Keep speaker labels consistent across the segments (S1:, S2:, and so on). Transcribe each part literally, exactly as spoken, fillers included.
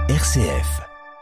S1: R C F.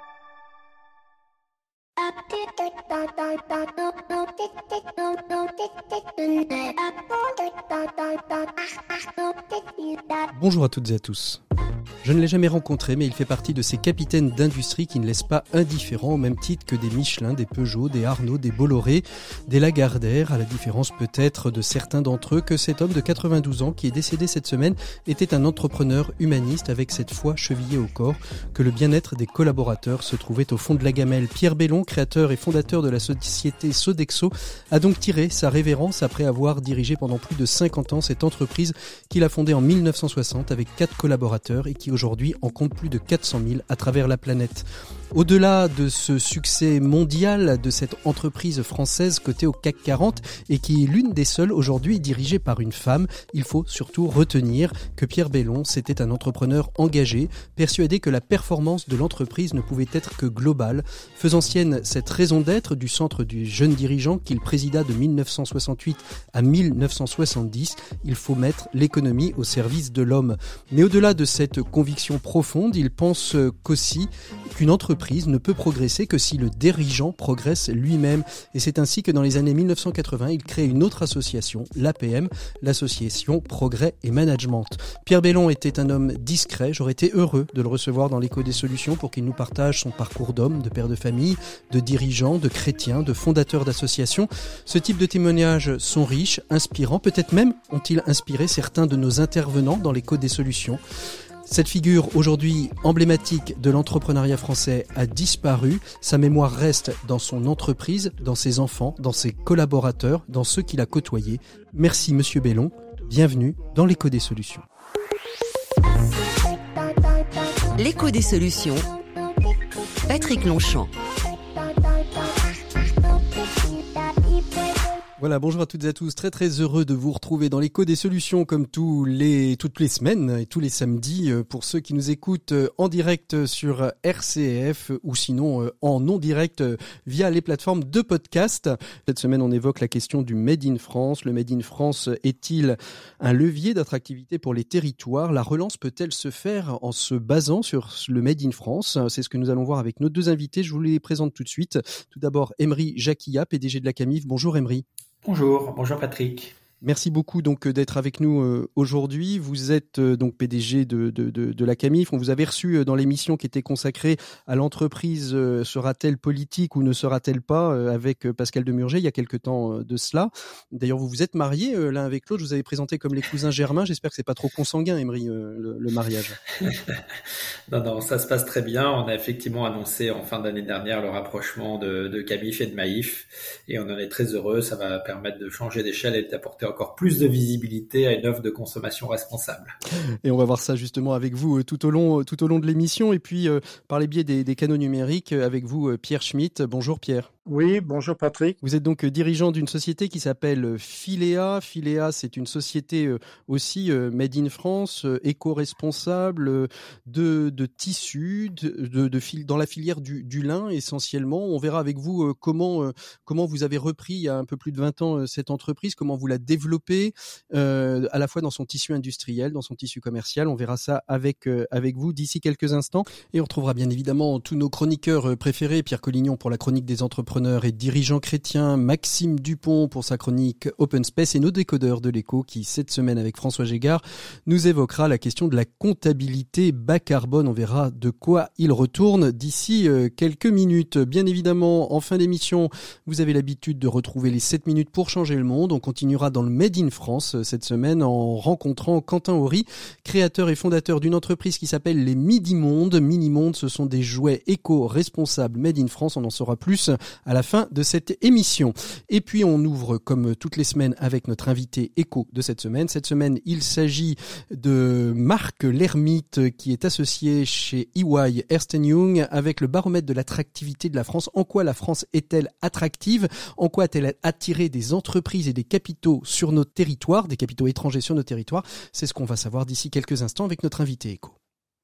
S2: Bonjour à toutes et à tous. Je ne l'ai jamais rencontré, mais il fait partie de ces capitaines d'industrie qui ne laissent pas indifférents au même titre que des Michelin, des Peugeot, des Arnaud, des Bolloré, des Lagardère, à la différence peut-être de certains d'entre eux que cet homme de quatre-vingt-douze ans qui est décédé cette semaine était un entrepreneur humaniste avec cette foi chevillée au corps que le bien-être des collaborateurs se trouvait au fond de la gamelle. Pierre Bellon, créateur et fondateur de la société Sodexo, a donc tiré sa révérence après avoir dirigé pendant plus de cinquante ans cette entreprise qu'il a fondée en mille neuf cent soixante avec quatre collaborateurs et qui aujourd'hui en compte plus de quatre cent mille à travers la planète. Au-delà de ce succès mondial de cette entreprise française cotée au C A C quarante et qui est l'une des seules aujourd'hui dirigée par une femme, il faut surtout retenir que Pierre Bellon, c'était un entrepreneur engagé, persuadé que la performance de l'entreprise ne pouvait être que globale, faisant sienne cette raison d'être du centre du jeune dirigeant qu'il présida de mille neuf cent soixante-huit à mille neuf cent soixante-dix. Il faut mettre l'économie au service de l'homme. Mais au-delà de cette conviction profonde, il pense qu'aussi qu'une entreprise ne peut progresser que si le dirigeant progresse lui-même. Et c'est ainsi que dans les années mille neuf cent quatre-vingts, il crée une autre association, l'A P M, l'Association Progrès et Management. Pierre Bellon était un homme discret. J'aurais été heureux de le recevoir dans l'Écho des Solutions pour qu'il nous partage son parcours d'homme, de père de famille, de dirigeant, de chrétien, de fondateur d'associations. Ce type de témoignages sont riches, inspirants. Peut-être même ont-ils inspiré certains de nos intervenants dans l'Écho des Solutions. Cette figure, aujourd'hui emblématique de l'entrepreneuriat français, a disparu. Sa mémoire reste dans son entreprise, dans ses enfants, dans ses collaborateurs, dans ceux qu'il a côtoyés. Merci Monsieur Bellon. Bienvenue dans l'Écho des Solutions.
S3: L'Écho des Solutions. Patrick Longchamp.
S2: Voilà, bonjour à toutes et à tous. Très très heureux de vous retrouver dans l'Écho des Solutions comme tous les, toutes les semaines et tous les samedis pour ceux qui nous écoutent en direct sur R C F ou sinon en non direct via les plateformes de podcast. Cette semaine, on évoque la question du Made in France. Le Made in France est-il un levier d'attractivité pour les territoires? La relance peut-elle se faire en se basant sur le Made in France? C'est ce que nous allons voir avec nos deux invités. Je vous les présente tout de suite. Tout d'abord, Emery Jacquilla, P D G de la Camif. Bonjour Emery.
S4: Bonjour, bonjour Patrick.
S2: Merci beaucoup donc d'être avec nous euh, aujourd'hui. Vous êtes euh, donc P D G de, de, de, de la Camif. On vous avait reçu euh, dans l'émission qui était consacrée à l'entreprise euh, sera-t-elle politique ou ne sera-t-elle pas euh, avec euh, Pascal Demurger il y a quelque temps euh, de cela. D'ailleurs, vous vous êtes mariés euh, l'un avec l'autre. Je vous avez présenté comme les cousins germains. J'espère que c'est pas trop consanguin, Emery, euh, le, le mariage.
S4: non, non, ça se passe très bien. On a effectivement annoncé en fin d'année dernière le rapprochement de, de Camif et de Maïf et on en est très heureux. Ça va permettre de changer d'échelle et d'apporter encore plus de visibilité à une offre de consommation responsable.
S2: Et on va voir ça justement avec vous tout au long, tout au long de l'émission. Et puis, euh, par les biais des, des canaux numériques, avec vous, Pierre Schmitt. Bonjour Pierre.
S5: Oui, bonjour Patrick.
S2: Vous êtes donc dirigeant d'une société qui s'appelle Philéa. Philéa, c'est une société aussi made in France, éco-responsable, de, de tissus, de, de, de fil, dans la filière du, du lin essentiellement. On verra avec vous comment, comment vous avez repris il y a un peu plus de vingt ans cette entreprise, comment vous la développez euh, à la fois dans son tissu industriel, dans son tissu commercial. On verra ça avec, avec vous d'ici quelques instants. Et on retrouvera bien évidemment tous nos chroniqueurs préférés. Pierre Collignon pour la chronique des entrepreneurs et dirigeant chrétien, Maxime Dupont pour sa chronique Open Space et nos décodeurs de l'écho qui, cette semaine avec François Gégard, nous évoquera la question de la comptabilité bas carbone. On verra de quoi il retourne d'ici quelques minutes. Bien évidemment, en fin d'émission, vous avez l'habitude de retrouver les sept minutes pour changer le monde. On continuera dans le Made in France cette semaine en rencontrant Quentin Horry, créateur et fondateur d'une entreprise qui s'appelle les Midi-Monde. Mini-Monde, ce sont des jouets éco-responsables Made in France. On en saura plus à la fin de cette émission. Et puis on ouvre comme toutes les semaines avec notre invité éco de cette semaine. Cette semaine, il s'agit de Marc Lermite qui est associé chez E Y Ernst and Young avec le baromètre de l'attractivité de la France. En quoi la France est-elle attractive? En quoi a-t-elle attiré des entreprises et des capitaux sur nos territoires, des capitaux étrangers sur nos territoires? C'est ce qu'on va savoir d'ici quelques instants avec notre invité éco.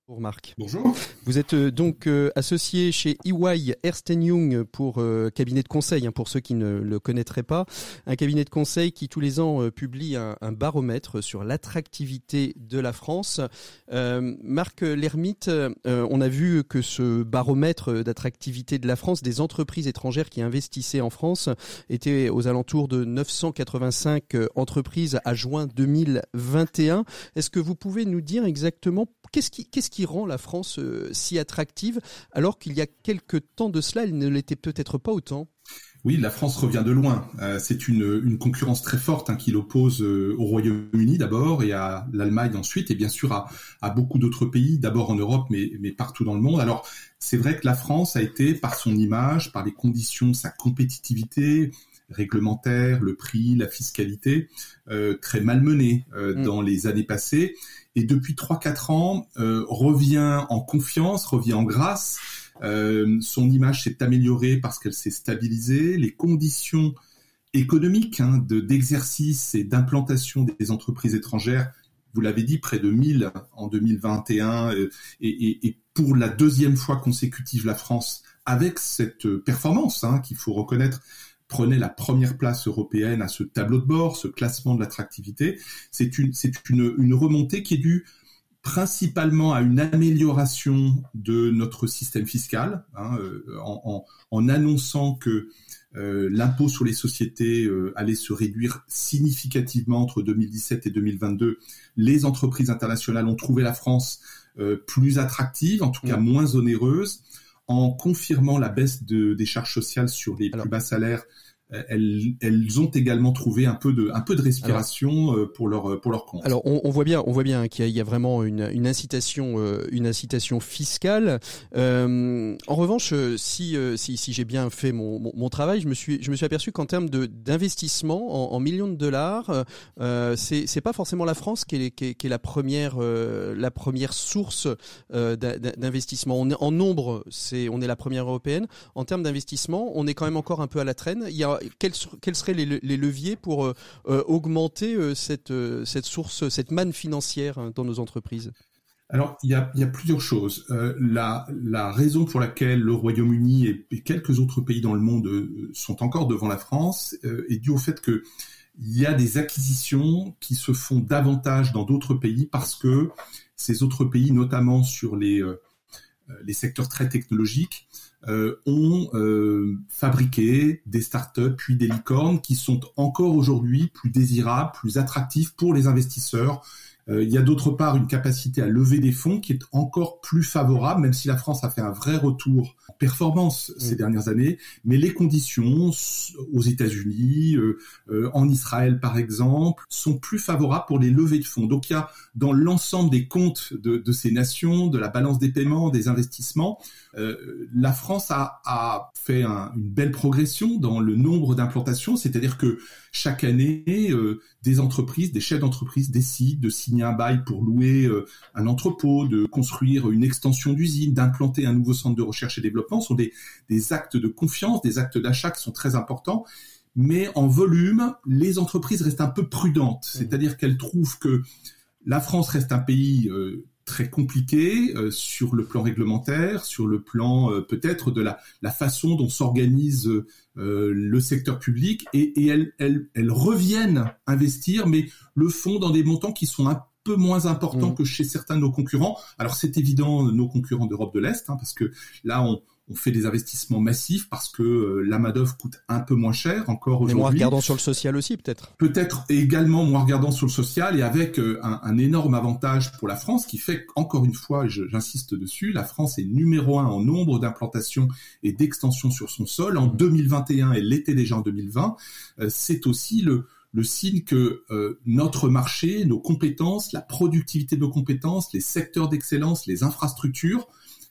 S2: Pour Marc.
S1: Bonjour.
S2: Vous êtes euh, donc euh, associé chez E Y Ernst and Young pour euh, cabinet de conseil, hein, pour ceux qui ne le connaîtraient pas. Un cabinet de conseil qui tous les ans euh, publie un, un baromètre sur l'attractivité de la France. Euh, Marc Lermite, euh, on a vu que ce baromètre d'attractivité de la France, des entreprises étrangères qui investissaient en France, était aux alentours de neuf cent quatre-vingt-cinq entreprises à juin deux mille vingt et un. Est-ce que vous pouvez nous dire exactement qu'est-ce qui, qu'est-ce qui qui rend la France euh, si attractive, alors qu'il y a quelques temps de cela, elle ne l'était peut-être pas autant?
S1: Oui, la France revient de loin. Euh, c'est une, une concurrence très forte hein, qui l'oppose euh, au Royaume-Uni d'abord et à l'Allemagne ensuite, et bien sûr à, à beaucoup d'autres pays, d'abord en Europe, mais, mais partout dans le monde. Alors, c'est vrai que la France a été, par son image, par les conditions, sa compétitivité réglementaire, le prix, la fiscalité, euh, très malmenée euh, mmh. dans les années passées. Et depuis trois quatre ans, euh, revient en confiance, revient en grâce. Euh, son image s'est améliorée parce qu'elle s'est stabilisée. Les conditions économiques hein, de, d'exercice et d'implantation des entreprises étrangères, vous l'avez dit, près de mille en deux mille vingt et un. Euh, et, et, et pour la deuxième fois consécutive, la France, avec cette performance hein, qu'il faut reconnaître, prenait la première place européenne à ce tableau de bord, ce classement de l'attractivité. C'est une, c'est une, une remontée qui est due principalement à une amélioration de notre système fiscal, hein, euh, en, en, en annonçant que euh, l'impôt sur les sociétés euh, allait se réduire significativement entre deux mille dix-sept et deux mille vingt-deux. Les entreprises internationales ont trouvé la France euh, plus attractive, en tout cas moins onéreuse. En confirmant la baisse de, des charges sociales sur les Alors, plus bas salaires, elles, elles ont également trouvé un peu de, un peu de respiration alors, pour leur, pour leur compte.
S2: Alors, on, on voit bien, on voit bien qu'il y a, il y a vraiment une, une incitation, euh, une incitation fiscale. Euh, en revanche, si, si, si j'ai bien fait mon, mon, mon travail, je me suis, je me suis aperçu qu'en termes de, d'investissement en, en millions de dollars, euh, c'est, c'est pas forcément la France qui est, qui est, qui est la première, euh, la première source euh, d'investissement. On est, en nombre, c'est, on est la première européenne. En termes d'investissement, on est quand même encore un peu à la traîne. Il y a Quels, quels seraient les, les leviers pour euh, augmenter euh, cette, euh, cette source, cette manne financière hein, dans nos entreprises?
S1: Alors, il y a, il y a plusieurs choses. Euh, la, la raison pour laquelle le Royaume-Uni et, et quelques autres pays dans le monde euh, sont encore devant la France euh, est due au fait que il y a des acquisitions qui se font davantage dans d'autres pays parce que ces autres pays, notamment sur les, euh, les secteurs très technologiques, Euh, ont euh, fabriqué des startups puis des licornes qui sont encore aujourd'hui plus désirables, plus attractifs pour les investisseurs. Euh, il y a d'autre part une capacité à lever des fonds qui est encore plus favorable, même si la France a fait un vrai retour en performance ces mmh. dernières années, mais les conditions aux États-Unis, euh, euh, en Israël par exemple, sont plus favorables pour les levées de fonds. Donc il y a dans l'ensemble des comptes de, de ces nations, de la balance des paiements, des investissements, euh, la France a, a fait un, une belle progression dans le nombre d'implantations, c'est-à-dire que chaque année, euh, des entreprises, des chefs d'entreprise décident de signer un bail pour louer euh, un entrepôt, de construire une extension d'usine, d'implanter un nouveau centre de recherche et développement. Ce sont des, des actes de confiance, des actes d'achat qui sont très importants. Mais en volume, les entreprises restent un peu prudentes. C'est-à-dire qu'elles trouvent que la France reste un pays euh, très compliqué euh, sur le plan réglementaire, sur le plan euh, peut-être de la, la façon dont s'organise euh, le secteur public, et, et elles, elles, elles reviennent investir, mais le font dans des montants qui sont un peu moins importants mmh. que chez certains de nos concurrents. Alors c'est évident, nos concurrents d'Europe de l'Est, hein, parce que là on On fait des investissements massifs parce que euh, la main-d'œuvre coûte un peu moins cher encore aujourd'hui.
S2: Mais moins regardant sur le social aussi, peut-être.
S1: Peut-être également moins regardant sur le social, et avec euh, un, un énorme avantage pour la France qui fait qu'encore une fois, je, j'insiste dessus, la France est numéro un en nombre d'implantations et d'extensions sur son sol. En deux mille vingt et un, elle l'était déjà en deux mille vingt. Euh, c'est aussi le le signe que euh, notre marché, nos compétences, la productivité de nos compétences, les secteurs d'excellence, les infrastructures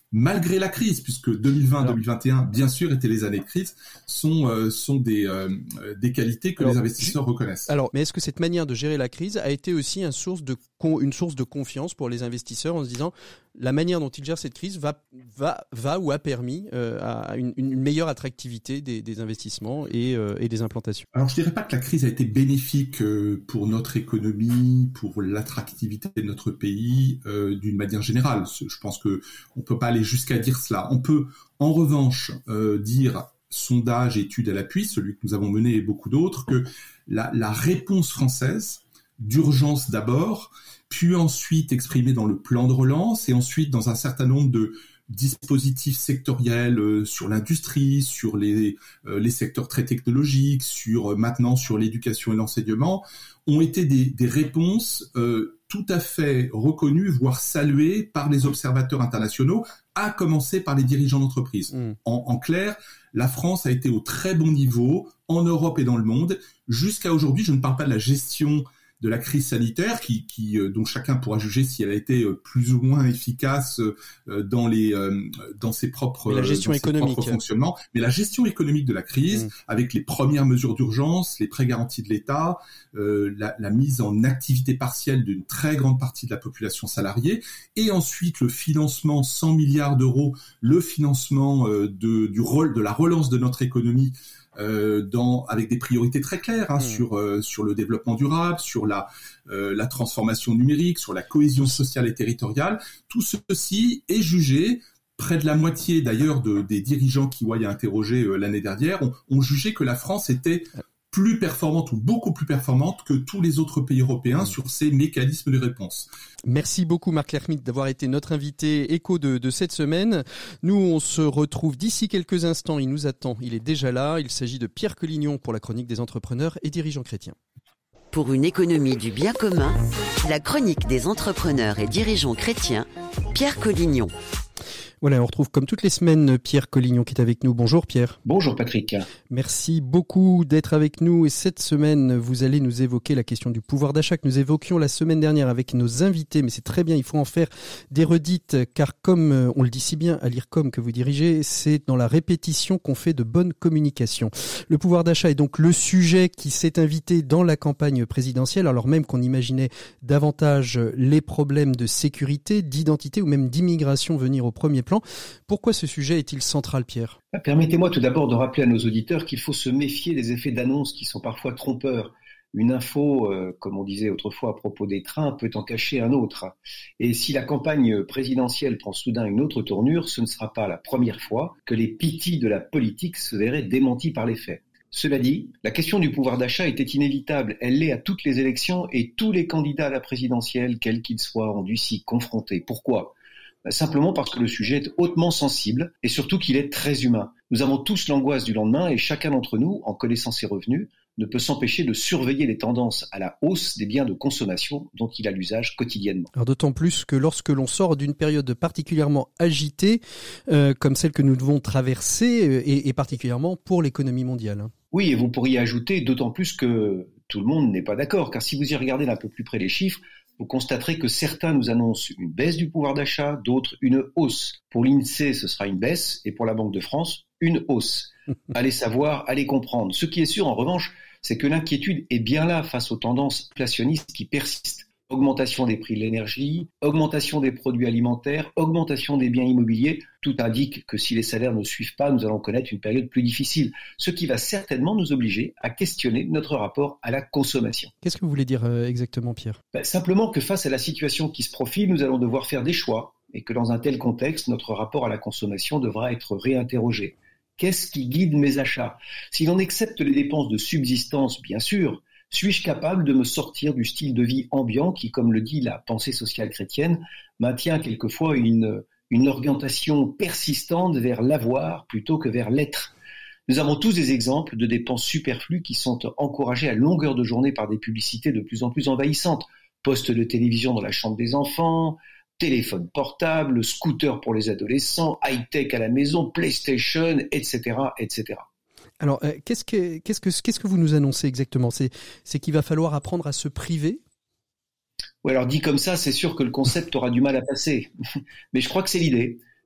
S1: malgré la crise, puisque deux mille vingt, deux mille vingt et un, bien sûr, étaient les années de crise, sont euh, sont des euh, des qualités que alors, les investisseurs ju- reconnaissent.
S2: Alors, mais est-ce que cette manière de gérer la crise a été aussi une source de con, une source de confiance pour les investisseurs en se disant la manière dont ils gèrent cette crise va va va ou a permis euh, à une, une meilleure attractivité des, des investissements et euh, et des implantations?
S1: Alors, je dirais pas que la crise a été bénéfique euh, pour notre économie, pour l'attractivité de notre pays euh, d'une manière générale. Je pense que on peut pas aller jusqu'à dire cela. On peut, en revanche, euh, dire, sondage, étude à l'appui, celui que nous avons mené et beaucoup d'autres, que la, la réponse française, d'urgence d'abord, puis ensuite exprimée dans le plan de relance, et ensuite dans un certain nombre de dispositifs sectoriels euh, sur l'industrie, sur les, euh, les secteurs très technologiques, sur euh, maintenant sur l'éducation et l'enseignement, ont été des, des réponses euh, tout à fait reconnues, voire saluées par les observateurs internationaux, à commencer par les dirigeants d'entreprise. Mmh. En, en clair, la France a été au très bon niveau, en Europe et dans le monde, jusqu'à aujourd'hui. Je ne parle pas de la gestion de la crise sanitaire, qui, qui, euh, dont chacun pourra juger si elle a été euh, plus ou moins efficace euh, dans les, euh, dans ses propres,
S2: la gestion
S1: dans
S2: économique,
S1: ses propres fonctionnements. Mais la gestion économique de la crise, mmh. avec les premières mesures d'urgence, les prêts garantis de l'État, euh, la, la mise en activité partielle d'une très grande partie de la population salariée, et ensuite le financement cent milliards d'euros, le financement euh, de, du rôle de la relance de notre économie. Euh, dans, avec des priorités très claires hein, mmh. sur euh, sur le développement durable, sur la euh, la transformation numérique, sur la cohésion sociale et territoriale. Tout ceci est jugé. Près de la moitié d'ailleurs de, des dirigeants qui Kiwai a interrogé euh, l'année dernière ont, ont jugé que la France était plus performante ou beaucoup plus performante que tous les autres pays européens sur ces mécanismes de réponse.
S2: Merci beaucoup Marc Lermite d'avoir été notre invité écho de, de cette semaine. Nous, on se retrouve d'ici quelques instants. Il nous attend, il est déjà là. Il s'agit de Pierre Collignon pour la chronique des entrepreneurs et dirigeants chrétiens.
S3: Pour une économie du bien commun, la chronique des entrepreneurs et dirigeants chrétiens, Pierre Collignon.
S2: Voilà, on retrouve comme toutes les semaines Pierre Collignon qui est avec nous. Bonjour Pierre.
S5: Bonjour Patrick.
S2: Merci beaucoup d'être avec nous et cette semaine, vous allez nous évoquer la question du pouvoir d'achat que nous évoquions la semaine dernière avec nos invités, mais c'est très bien, il faut en faire des redites car comme on le dit si bien à l'IRCOM que vous dirigez, c'est dans la répétition qu'on fait de bonnes communications. Le pouvoir d'achat est donc le sujet qui s'est invité dans la campagne présidentielle, alors même qu'on imaginait davantage les problèmes de sécurité, d'identité ou même d'immigration venir au premier plan. Pourquoi ce sujet est-il central, Pierre ?
S5: Permettez-moi tout d'abord de rappeler à nos auditeurs qu'il faut se méfier des effets d'annonce qui sont parfois trompeurs. Une info, euh, comme on disait autrefois à propos des trains, peut en cacher un autre. Et si la campagne présidentielle prend soudain une autre tournure, ce ne sera pas la première fois que les pitis de la politique se verraient démentis par les faits. Cela dit, la question du pouvoir d'achat était inévitable. Elle l'est à toutes les élections et tous les candidats à la présidentielle, quels qu'ils soient, ont dû s'y confronter. Pourquoi ? Simplement parce que le sujet est hautement sensible et surtout qu'il est très humain. Nous avons tous l'angoisse du lendemain et chacun d'entre nous, en connaissant ses revenus, ne peut s'empêcher de surveiller les tendances à la hausse des biens de consommation dont il a l'usage quotidiennement.
S2: Alors d'autant plus que lorsque l'on sort d'une période particulièrement agitée, euh, comme celle que nous devons traverser, euh, et, et particulièrement pour l'économie mondiale.
S5: Oui, et vous pourriez ajouter d'autant plus que tout le monde n'est pas d'accord, car si vous y regardez d'un peu plus près les chiffres, vous constaterez que certains nous annoncent une baisse du pouvoir d'achat, d'autres une hausse. Pour l'INSEE, ce sera une baisse, et pour la Banque de France, une hausse. Allez savoir, allez comprendre. Ce qui est sûr, en revanche, c'est que l'inquiétude est bien là face aux tendances inflationnistes qui persistent. Augmentation des prix de l'énergie, augmentation des produits alimentaires, augmentation des biens immobiliers. Tout indique que si les salaires ne suivent pas, nous allons connaître une période plus difficile, ce qui va certainement nous obliger à questionner notre rapport à la consommation.
S2: Qu'est-ce que vous voulez dire euh, exactement, Pierre ?
S5: Ben, simplement que face à la situation qui se profile, nous allons devoir faire des choix et que dans un tel contexte, notre rapport à la consommation devra être réinterrogé. Qu'est-ce qui guide mes achats ? Si l'on accepte les dépenses de subsistance, bien sûr, suis-je capable de me sortir du style de vie ambiant qui, comme le dit la pensée sociale chrétienne, maintient quelquefois une, une orientation persistante vers l'avoir plutôt que vers l'être ? Nous avons tous des exemples de dépenses superflues qui sont encouragées à longueur de journée par des publicités de plus en plus envahissantes. Poste de télévision dans la chambre des enfants, téléphone portable, scooter pour les adolescents, high-tech à la maison, PlayStation, et cetera, et cetera.
S2: Alors, euh, qu'est-ce que, qu'est-ce que, qu'est-ce que vous nous annoncez exactement ? C'est, c'est qu'il va falloir apprendre à se priver ?
S5: Oui, alors dit comme ça, c'est sûr que le concept aura du mal à passer. Mais je crois que c'est l'idée.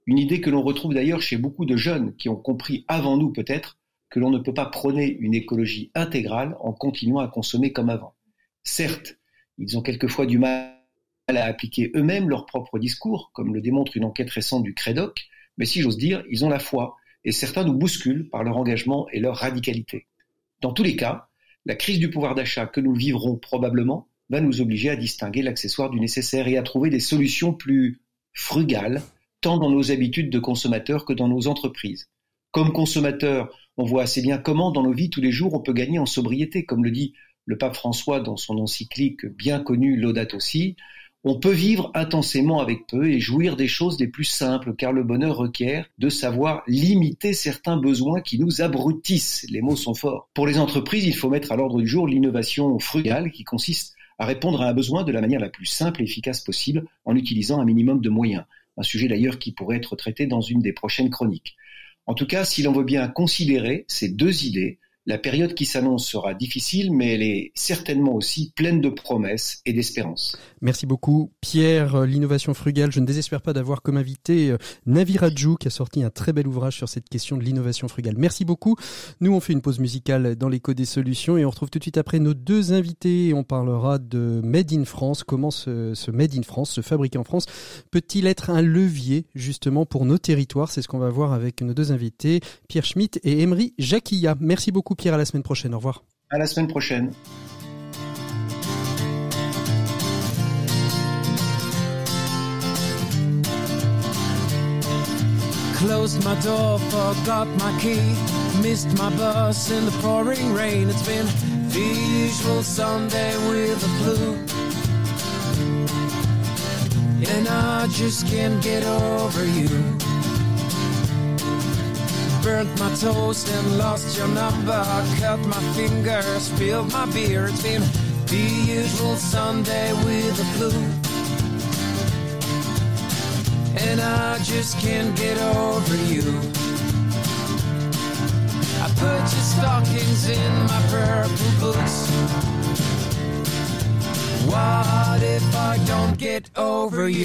S5: Une idée que l'on retrouve d'ailleurs chez beaucoup de jeunes qui ont compris avant nous peut-être que l'on ne peut pas prôner une écologie intégrale en continuant à consommer comme avant. Certes, ils ont quelquefois du mal à appliquer eux-mêmes leur propre discours, comme le démontre une enquête récente du Crédoc, mais si j'ose dire, ils ont la foi, et certains nous bousculent par leur engagement et leur radicalité. Dans tous les cas, la crise du pouvoir d'achat que nous vivrons probablement va nous obliger à distinguer l'accessoire du nécessaire et à trouver des solutions plus frugales, tant dans nos habitudes de consommateurs que dans nos entreprises. Comme consommateurs, on voit assez bien comment dans nos vies tous les jours on peut gagner en sobriété, comme le dit le pape François dans son encyclique bien connue Laudato Si. On peut vivre intensément avec peu et jouir des choses les plus simples, car le bonheur requiert de savoir limiter certains besoins qui nous abrutissent. Les mots sont forts. Pour les entreprises, il faut mettre à l'ordre du jour l'innovation frugale qui consiste à répondre à un besoin de la manière la plus simple et efficace possible en utilisant un minimum de moyens. Un sujet d'ailleurs qui pourrait être traité dans une des prochaines chroniques. En tout cas, si l'on veut bien considérer ces deux idées, la période qui s'annonce sera difficile, mais elle est certainement aussi pleine de promesses et d'espérance.
S2: Merci beaucoup Pierre. L'innovation frugale, je ne désespère pas d'avoir comme invité Navi Radjou qui a sorti un très bel ouvrage sur cette question de l'innovation frugale. Merci beaucoup. Nous, on fait une pause musicale dans l'écho des solutions et on retrouve tout de suite après nos deux invités. On parlera de Made in France. Comment ce, ce Made in France, ce fabriqué en France, peut-il être un levier justement pour nos territoires? C'est ce qu'on va voir avec nos deux invités, Pierre Schmitt et Emery Jacquilla. Merci beaucoup Pierre, à la semaine prochaine. Au revoir.
S5: À la semaine prochaine.
S6: Closed my door, forgot my key, missed my bus in the pouring rain. It's been the usual Sunday with the flu, and I just can't get over you. Burnt my toast and lost your number, cut my finger, spilled my beer. It's been the usual Sunday with the flu, and I just can't get over you. I put your stockings in my purple boots. What if I don't get over you?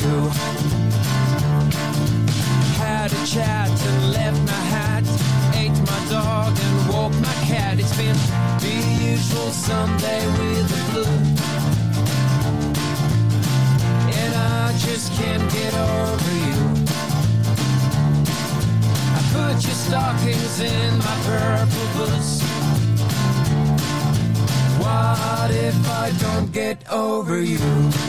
S6: Had a chat and left my hat, ate my dog and walked my cat. It's been the usual Sunday with the flu, and I just can't get over you. I put your stockings in my purple boots. What if I don't get over you?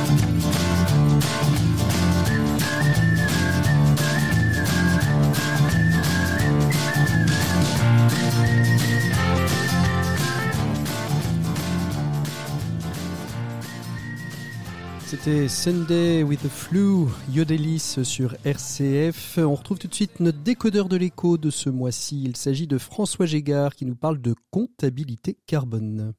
S2: C'était Sunday with the Flu, Yodelis sur R C F. On retrouve tout de suite notre décodeur de l'écho de ce mois-ci. Il s'agit de François Gégard qui nous parle de comptabilité carbone.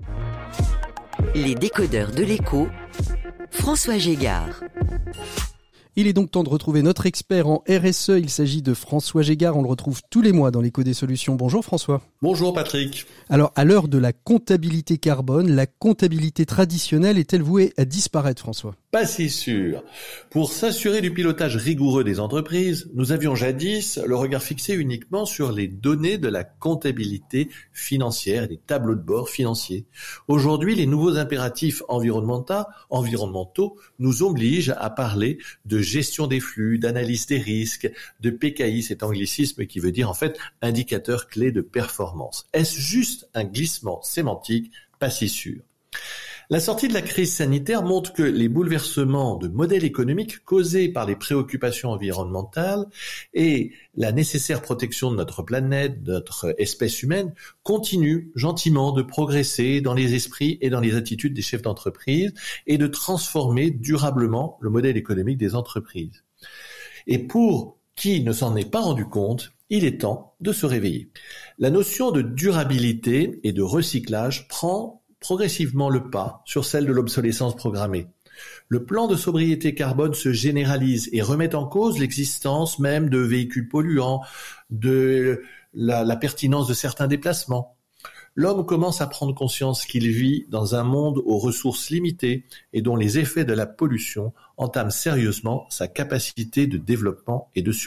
S3: Les décodeurs de l'écho, François Gégard.
S2: Il est donc temps de retrouver notre expert en R S E. Il s'agit de François Gégard. On le retrouve tous les mois dans l'écho des solutions. Bonjour François.
S7: Bonjour Patrick.
S2: Alors, à l'heure de la comptabilité carbone, la comptabilité traditionnelle est-elle vouée à disparaître, François ?
S7: Pas si sûr. Pour s'assurer du pilotage rigoureux des entreprises, nous avions jadis le regard fixé uniquement sur les données de la comptabilité financière et des tableaux de bord financiers. Aujourd'hui, les nouveaux impératifs environnementaux, environnementaux nous obligent à parler de gestion des flux, d'analyse des risques, de P K I, cet anglicisme qui veut dire en fait indicateur clé de performance. Est-ce juste un glissement sémantique? Pas si sûr. La sortie de la crise sanitaire montre que les bouleversements de modèles économiques causés par les préoccupations environnementales et la nécessaire protection de notre planète, de notre espèce humaine, continuent gentiment de progresser dans les esprits et dans les attitudes des chefs d'entreprise et de transformer durablement le modèle économique des entreprises. Et pour qui ne s'en est pas rendu compte, il est temps de se réveiller. La notion de durabilité et de recyclage prend progressivement le pas sur celle de l'obsolescence programmée. Le plan de sobriété carbone se généralise et remet en cause l'existence même de véhicules polluants, de la, la pertinence de certains déplacements. L'homme commence à prendre conscience qu'il vit dans un monde aux ressources limitées et dont les effets de la pollution entament sérieusement sa capacité de développement et de survie.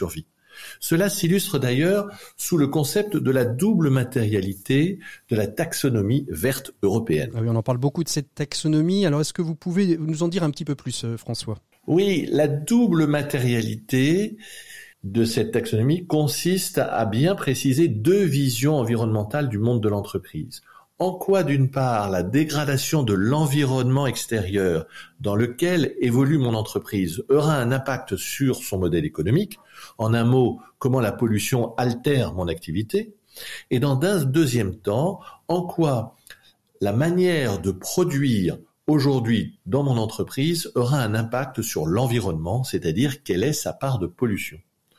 S7: Cela s'illustre d'ailleurs sous le concept de la double matérialité de la taxonomie verte européenne.
S2: Ah oui, on en parle beaucoup de cette taxonomie. Alors, est-ce que vous pouvez nous en dire un petit peu plus, François ?
S7: Oui, la double matérialité de cette taxonomie consiste à bien préciser deux visions environnementales du monde de l'entreprise. En quoi, d'une part, la dégradation de l'environnement extérieur dans lequel évolue mon entreprise aura un impact sur son modèle économique, en un mot, comment la pollution altère mon activité, et dans un deuxième temps, en quoi la manière de produire aujourd'hui dans mon entreprise aura un impact sur l'environnement, c'est-à-dire quelle est sa part de pollution.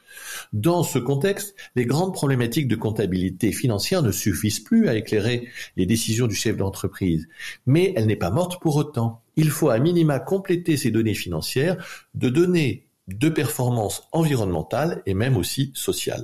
S7: Dans ce contexte, les grandes problématiques de comptabilité financière ne suffisent plus à éclairer les décisions du chef d'entreprise, mais elle n'est pas morte pour autant. Il faut à minima compléter ces données financières de données de performance environnementale et même aussi sociale.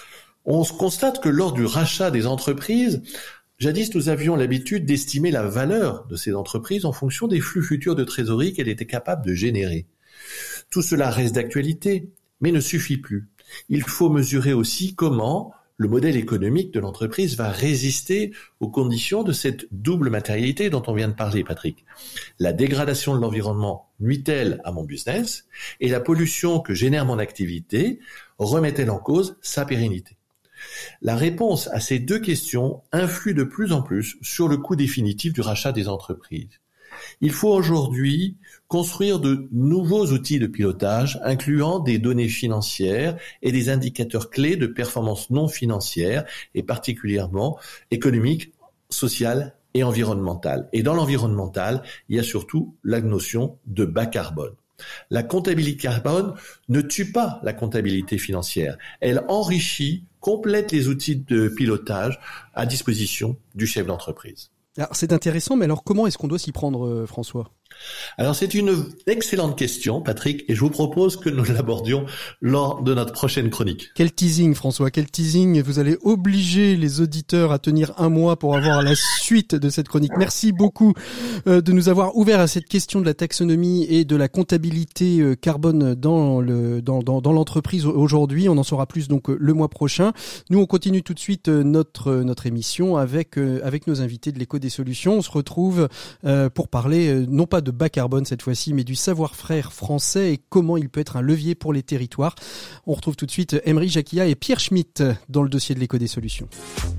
S7: On constate que lors du rachat des entreprises, jadis nous avions l'habitude d'estimer la valeur de ces entreprises en fonction des flux futurs de trésorerie qu'elles étaient capables de générer. Tout cela reste d'actualité, mais ne suffit plus. Il faut mesurer aussi comment le modèle économique de l'entreprise va résister aux conditions de cette double matérialité dont on vient de parler, Patrick. La dégradation de l'environnement nuit-elle à mon business et la pollution que génère mon activité remet-elle en cause sa pérennité? La réponse à ces deux questions influe de plus en plus sur le coût définitif du rachat des entreprises. Il faut aujourd'hui construire de nouveaux outils de pilotage incluant des données financières et des indicateurs clés de performance non financière et particulièrement économique, sociale et environnementale. Et dans l'environnemental, il y a surtout la notion de bas carbone. La comptabilité carbone ne tue pas la comptabilité financière. Elle enrichit, complète les outils de pilotage à disposition du chef d'entreprise.
S2: Alors, c'est intéressant, mais alors comment est-ce qu'on doit s'y prendre, euh, François ?
S7: Alors c'est une excellente question, Patrick, et je vous propose que nous l'abordions lors de notre prochaine chronique.
S2: Quel teasing, François, quel teasing. Vous allez obliger les auditeurs à tenir un mois pour avoir la suite de cette chronique. Merci beaucoup euh, de nous avoir ouvert à cette question de la taxonomie et de la comptabilité euh, carbone dans le dans, dans dans l'entreprise aujourd'hui. On en saura plus donc euh, le mois prochain. Nous, on continue tout de suite euh, notre euh, notre émission avec euh, avec nos invités de l'Écho des Solutions. On se retrouve euh, pour parler euh, non pas de bas carbone cette fois-ci, mais du savoir-faire français et comment il peut être un levier pour les territoires. On retrouve tout de suite Emery Jacquia et Pierre Schmitt dans le dossier de l'Écho des Solutions.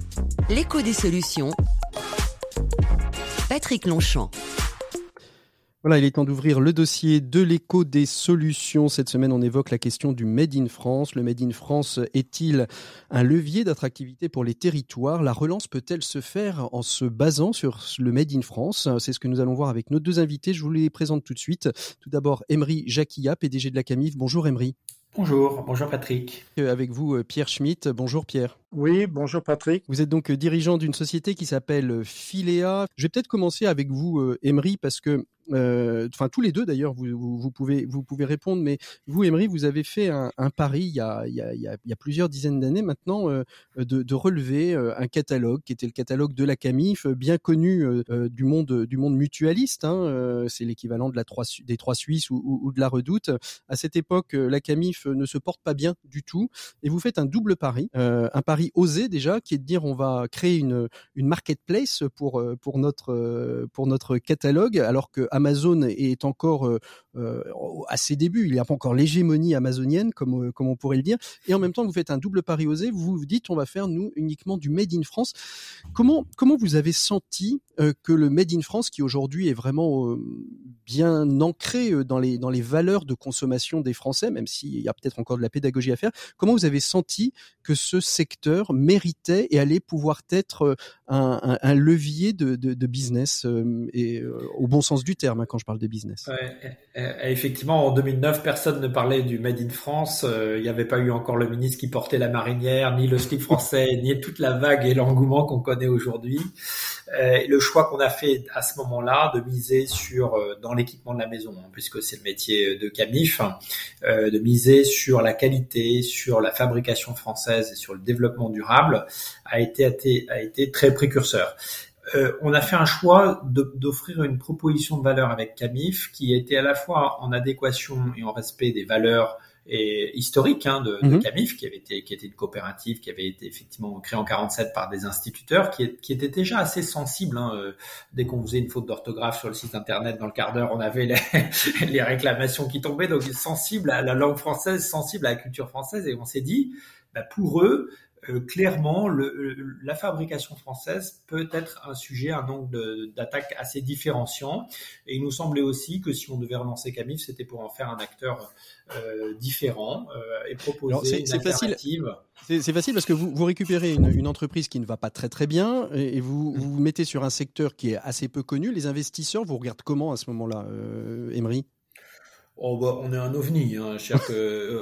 S3: L'Écho des Solutions, Patrick Longchamp.
S2: Voilà, il est temps d'ouvrir le dossier de l'Écho des Solutions. Cette semaine, on évoque la question du Made in France. Le Made in France est-il un levier d'attractivité pour les territoires ? La relance peut-elle se faire en se basant sur le Made in France ? C'est ce que nous allons voir avec nos deux invités. Je vous les présente tout de suite. Tout d'abord, Emery Jacquia, P D G de la Camif. Bonjour Emery.
S4: Bonjour, bonjour Patrick.
S2: Avec vous, Pierre Schmitt. Bonjour Pierre.
S8: Oui, bonjour Patrick.
S2: Vous êtes donc dirigeant d'une société qui s'appelle Philéa. Je vais peut-être commencer avec vous, Emery, parce que Euh, enfin tous les deux d'ailleurs, vous, vous, vous pouvez vous pouvez répondre, mais vous, Emery, vous avez fait un, un pari il y a il y a il y a, il y a plusieurs dizaines d'années maintenant euh, de, de relever euh, un catalogue qui était le catalogue de la Camif, bien connu euh, du monde du monde mutualiste. Hein, euh, c'est l'équivalent de la trois, des Trois Suisses ou, ou, ou de la Redoute. À cette époque, la Camif ne se porte pas bien du tout, et vous faites un double pari, euh, un pari osé déjà, qui est de dire on va créer une une marketplace pour pour notre pour notre catalogue, alors que Amazon est encore euh, euh, à ses débuts, il n'y a pas encore l'hégémonie amazonienne, comme, comme on pourrait le dire, et en même temps vous faites un double pari osé, vous vous dites on va faire nous uniquement du Made in France. Comment, comment vous avez senti euh, que le Made in France, qui aujourd'hui est vraiment euh, bien ancré dans les, dans les valeurs de consommation des Français, même s'il y a peut-être encore de la pédagogie à faire, comment vous avez senti que ce secteur méritait et allait pouvoir être un, un, un levier de, de, de business, euh, et euh, au bon sens du terme, quand je parle de business.
S4: Ouais, effectivement, en deux mille neuf, personne ne parlait du Made in France. Il n'y avait pas eu encore le ministre qui portait la marinière, ni le slip français, ni toute la vague et l'engouement qu'on connaît aujourd'hui. Et le choix qu'on a fait à ce moment-là de miser sur, dans l'équipement de la maison, hein, puisque c'est le métier de Camif, hein, euh, de miser sur la qualité, sur la fabrication française et sur le développement durable, a été, a été, a été très précurseur. Euh, on a fait un choix de, d'offrir une proposition de valeur avec Camif qui était à la fois en adéquation et en respect des valeurs et historique hein, de,
S2: mmh.
S4: de Camif, qui avait été, qui était une coopérative qui avait été effectivement créée en quarante-sept par des instituteurs, qui, qui était déjà assez sensible. Hein, euh, dès qu'on faisait une faute d'orthographe sur le site internet, dans le quart d'heure, on avait les, les réclamations qui tombaient. Donc sensible à la langue française, sensible à la culture française, et on s'est dit, bah, pour eux. Euh, clairement, le, le, la fabrication française peut être un sujet, un angle de, d'attaque assez différenciant. Et il nous semblait aussi que si on devait relancer Camif, c'était pour en faire un acteur euh, différent euh, et proposer Alors, c'est, une
S2: c'est
S4: alternative.
S2: Facile. C'est, c'est facile parce que vous, vous récupérez une, une entreprise qui ne va pas très très bien et, et vous, mmh. vous vous mettez sur un secteur qui est assez peu connu. Les investisseurs vous regardent comment à ce moment-là, euh, Emery ?
S4: Oh bah, on est un ovni, hein. C'est-à-dire que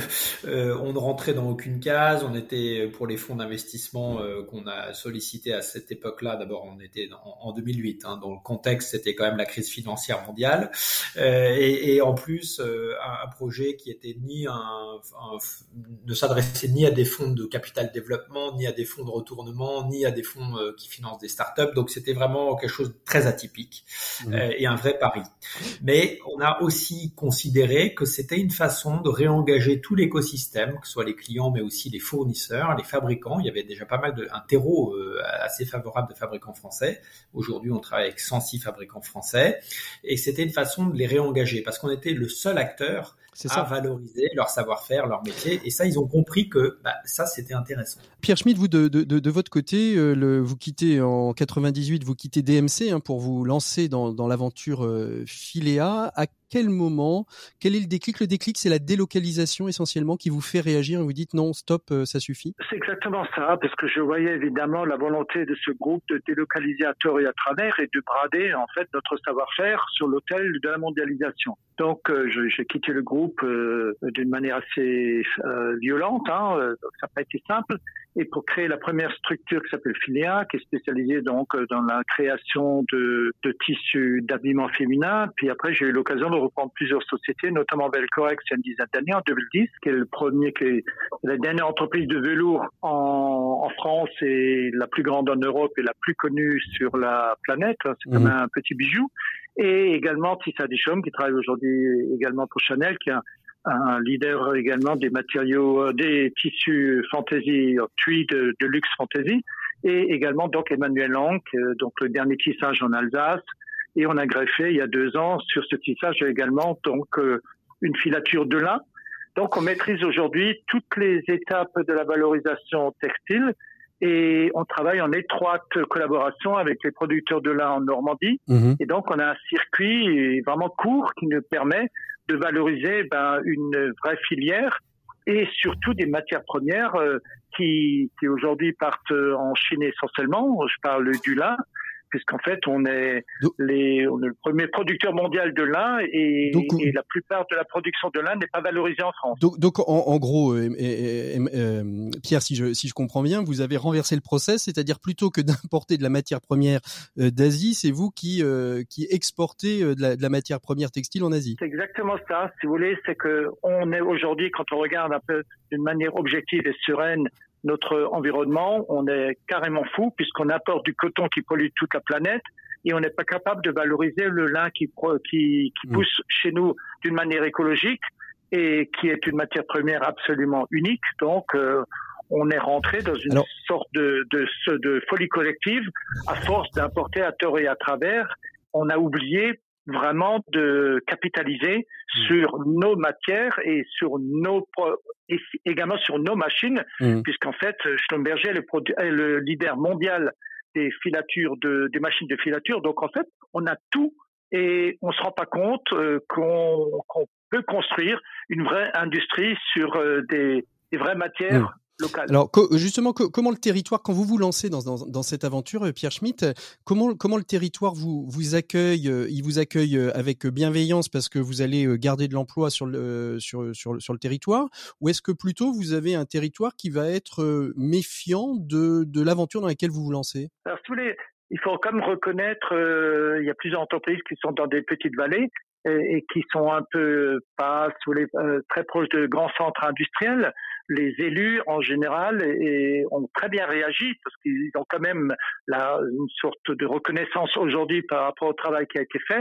S4: euh, on ne rentrait dans aucune case. On était pour les fonds d'investissement euh, qu'on a sollicités à cette époque-là. D'abord, on était en, en deux mille huit. Hein, dans le contexte, c'était quand même la crise financière mondiale, euh, et, et en plus euh, un, un projet qui était ni un, un ne s'adressait ni à des fonds de capital développement, ni à des fonds de retournement, ni à des fonds euh, qui financent des startups. Donc, c'était vraiment quelque chose de très atypique mmh. euh, et un vrai pari. Mais on a aussi considérer que c'était une façon de réengager tout l'écosystème, que ce soit les clients, mais aussi les fournisseurs, les fabricants. Il y avait déjà pas mal de, un terreau euh, assez favorable de fabricants français. Aujourd'hui, on travaille avec cent six fabricants français. Et c'était une façon de les réengager parce qu'on était le seul acteur C'est à ça. valoriser leur savoir-faire, leur métier. Et ça, ils ont compris que bah, ça, c'était intéressant.
S2: Pierre Schmitt, vous, de, de, de, de votre côté, euh, le, vous quittez en quatre-vingt-dix-huit, vous quittez D M C hein, pour vous lancer dans, dans l'aventure euh, Filéa. À quel moment, quel est le déclic ? Le déclic, c'est la délocalisation essentiellement qui vous fait réagir et vous dites non, stop, euh, ça suffit ?
S8: C'est exactement ça, parce que je voyais évidemment la volonté de ce groupe de délocaliser à tort et à travers et de brader en fait notre savoir-faire sur l'autel de la mondialisation. Donc euh, je, j'ai quitté le groupe euh, d'une manière assez euh, violente, hein, euh, ça n'a pas été simple. Et pour créer la première structure qui s'appelle Filéa, qui est spécialisée donc dans la création de, de tissus d'habillement féminin. Puis après, j'ai eu l'occasion de reprendre plusieurs sociétés, notamment Velcorex il y a une dizaine d'années, en deux mille dix, qui est le premier, qui est la dernière entreprise de velours en, en France et la plus grande en Europe et la plus connue sur la planète. C'est mmh. comme un petit bijou. Et également Tissa Deschaumes, qui travaille aujourd'hui également pour Chanel, qui a un leader également des matériaux, des tissus fantasy, tweed de, de luxe fantasy, et également donc Emmanuel Lang, donc le dernier tissage en Alsace, et on a greffé il y a deux ans sur ce tissage également donc une filature de lin. Donc on maîtrise aujourd'hui toutes les étapes de la valorisation textile et on travaille en étroite collaboration avec les producteurs de lin en Normandie. Mmh. Et donc on a un circuit vraiment court qui nous permet de valoriser ben, une vraie filière et surtout des matières premières euh, qui, qui aujourd'hui partent en Chine essentiellement. Je parle du lin, puisqu'en fait on est, les, on est le premier producteur mondial de lin et, donc, et la plupart de la production de lin n'est pas valorisée en France.
S2: Donc, donc en, en gros, euh, euh, euh, Pierre, si je, si je comprends bien, vous avez renversé le process, c'est-à-dire plutôt que d'importer de la matière première euh, d'Asie, c'est vous qui, euh, qui exportez de la, de la matière première textile en Asie.
S8: C'est exactement ça, si vous voulez, c'est que on est aujourd'hui, quand on regarde un peu d'une manière objective et sereine notre environnement, on est carrément fou puisqu'on apporte du coton qui pollue toute la planète et on n'est pas capable de valoriser le lin qui, qui, qui pousse mmh. chez nous d'une manière écologique et qui est une matière première absolument unique. Donc, euh, on est rentré dans une Alors... sorte de, de, de folie collective à force d'importer à tort et à travers. On a oublié vraiment de capitaliser mmh. sur nos matières et sur nos et également sur nos machines, mmh. puisqu'en fait Schlumberger est le, produ- est le leader mondial des filatures de des machines de filature. Donc en fait, on a tout et on se rend pas compte euh, qu'on, qu'on peut construire une vraie industrie sur euh, des, des vraies matières. Mmh. Local.
S2: Alors justement, comment le territoire, quand vous vous lancez dans, dans, dans cette aventure, Pierre Schmitt, comment, comment le territoire vous, vous accueille ? Il vous accueille avec bienveillance parce que vous allez garder de l'emploi sur le, sur, sur, sur le territoire, ou est-ce que plutôt vous avez un territoire qui va être méfiant de, de l'aventure dans laquelle vous vous lancez ?
S8: Alors, tous les, il faut quand même reconnaître, euh, il y a plusieurs entreprises qui sont dans des petites vallées et, et qui sont un peu pas sous les, euh, très proches de grands centres industriels. Les élus, en général, et, ont très bien réagi parce qu'ils ont quand même la, une sorte de reconnaissance aujourd'hui par rapport au travail qui a été fait.